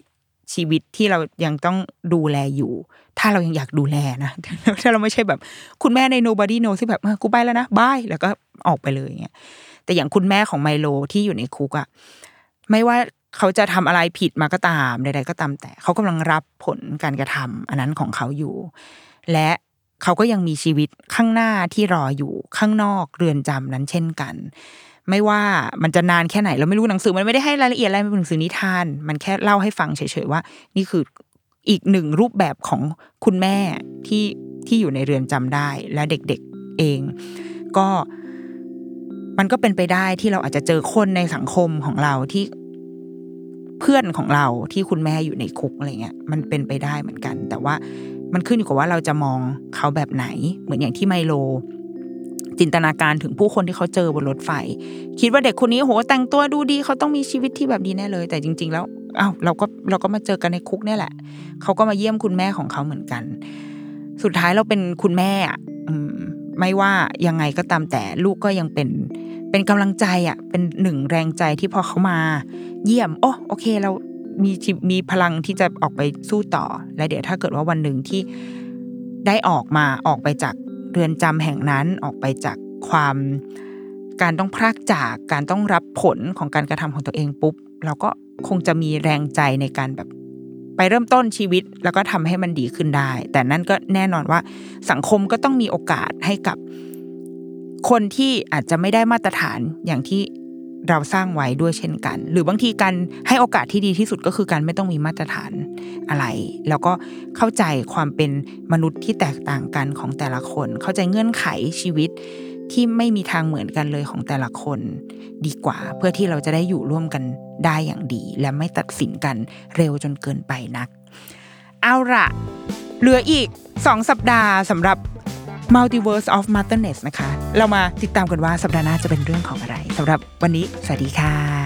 ชีวิตที่เรายังต้องดูแลอยู่ถ้าเรายังอยากดูแลนะถ้าเราไม่ใช่แบบคุณแม่ใน Nobody Knows ที่แบบกูไปแล้วนะบายแล้วก็ออกไปเลยอย่างเงี้ยแต่อย่างคุณแม่ของไมโลที่อยู่ในคุกอ่ะไม่ว่าเขาจะทำอะไรผิดมาก็ตามใดๆก็ตามแต่เขากำลังรับผลการกระทำอันนั้นของเขาอยู่และเขาก็ยังมีชีวิตข้างหน้าที่รออยู่ข้างนอกเรือนจำนั้นเช่นกันไม่ว่ามันจะนานแค่ไหนเราไม่รู้หนังสือมันไม่ได้ให้รายละเอียดอะไรมันเป็นหนังสือนิทานมันแค่เล่าให้ฟังเฉยๆว่านี่คืออีกหนึ่งรูปแบบของคุณแม่ที่อยู่ในเรือนจำได้และเด็กๆเองก็มันก็เป็นไปได้ที่เราอาจจะเจอคนในสังคมของเราที่เพื่อนของเราที่คุณแม่อยู่ในคุกอะไรเงี้ยมันเป็นไปได้เหมือนกันแต่ว่ามันขึ้นอยู่กับว่าเราจะมองเขาแบบไหนเหมือนอย่างที่ไมโลจินตนาการถึงผู้คนที่เขาเจอบนรถไฟคิดว่าเด็กคนนี้โหแต่งตัวดูดีเขาต้องมีชีวิตที่แบบดีแน่เลยแต่จริงๆแล้วเราก็มาเจอกันในคุกเนี่ยแหละเขาก็มาเยี่ยมคุณแม่ของเขาเหมือนกันสุดท้ายเราเป็นคุณแม่ไม่ว่ายังไงก็ตามแต่ลูกก็ยังเป็นกำลังใจเป็นหนึ่งแรงใจที่พอเขามาเยี่ยมโอเคเรามีพลังที่จะออกไปสู้ต่อและเดี๋ยวถ้าเกิดว่าวันหนึ่งที่ได้ออกไปจากเรือนจำแห่งนั้นออกไปจากความการต้องพรากจากการต้องรับผลของการกระทำของตัวเองปุ๊บเราก็คงจะมีแรงใจในการแบบไปเริ่มต้นชีวิตแล้วก็ทำให้มันดีขึ้นได้แต่นั่นก็แน่นอนว่าสังคมก็ต้องมีโอกาสให้กับคนที่อาจจะไม่ได้มาตรฐานอย่างที่เราสร้างไว้ด้วยเช่นกันหรือบางทีการให้โอกาสที่ดีที่สุดก็คือการไม่ต้องมีมาตรฐานอะไรแล้วก็เข้าใจความเป็นมนุษย์ที่แตกต่างกันของแต่ละคนเข้าใจเงื่อนไขชีวิตที่ไม่มีทางเหมือนกันเลยของแต่ละคนดีกว่าเพื่อที่เราจะได้อยู่ร่วมกันได้อย่างดีและไม่ตัดสินกันเร็วจนเกินไปนักเอาล่ะเหลืออีก2สัปดาห์สำหรับMultiverse of Motherness นะคะเรามาติดตามกันว่าสัปดาห์หน้าจะเป็นเรื่องของอะไรสำหรับวันนี้สวัสดีค่ะ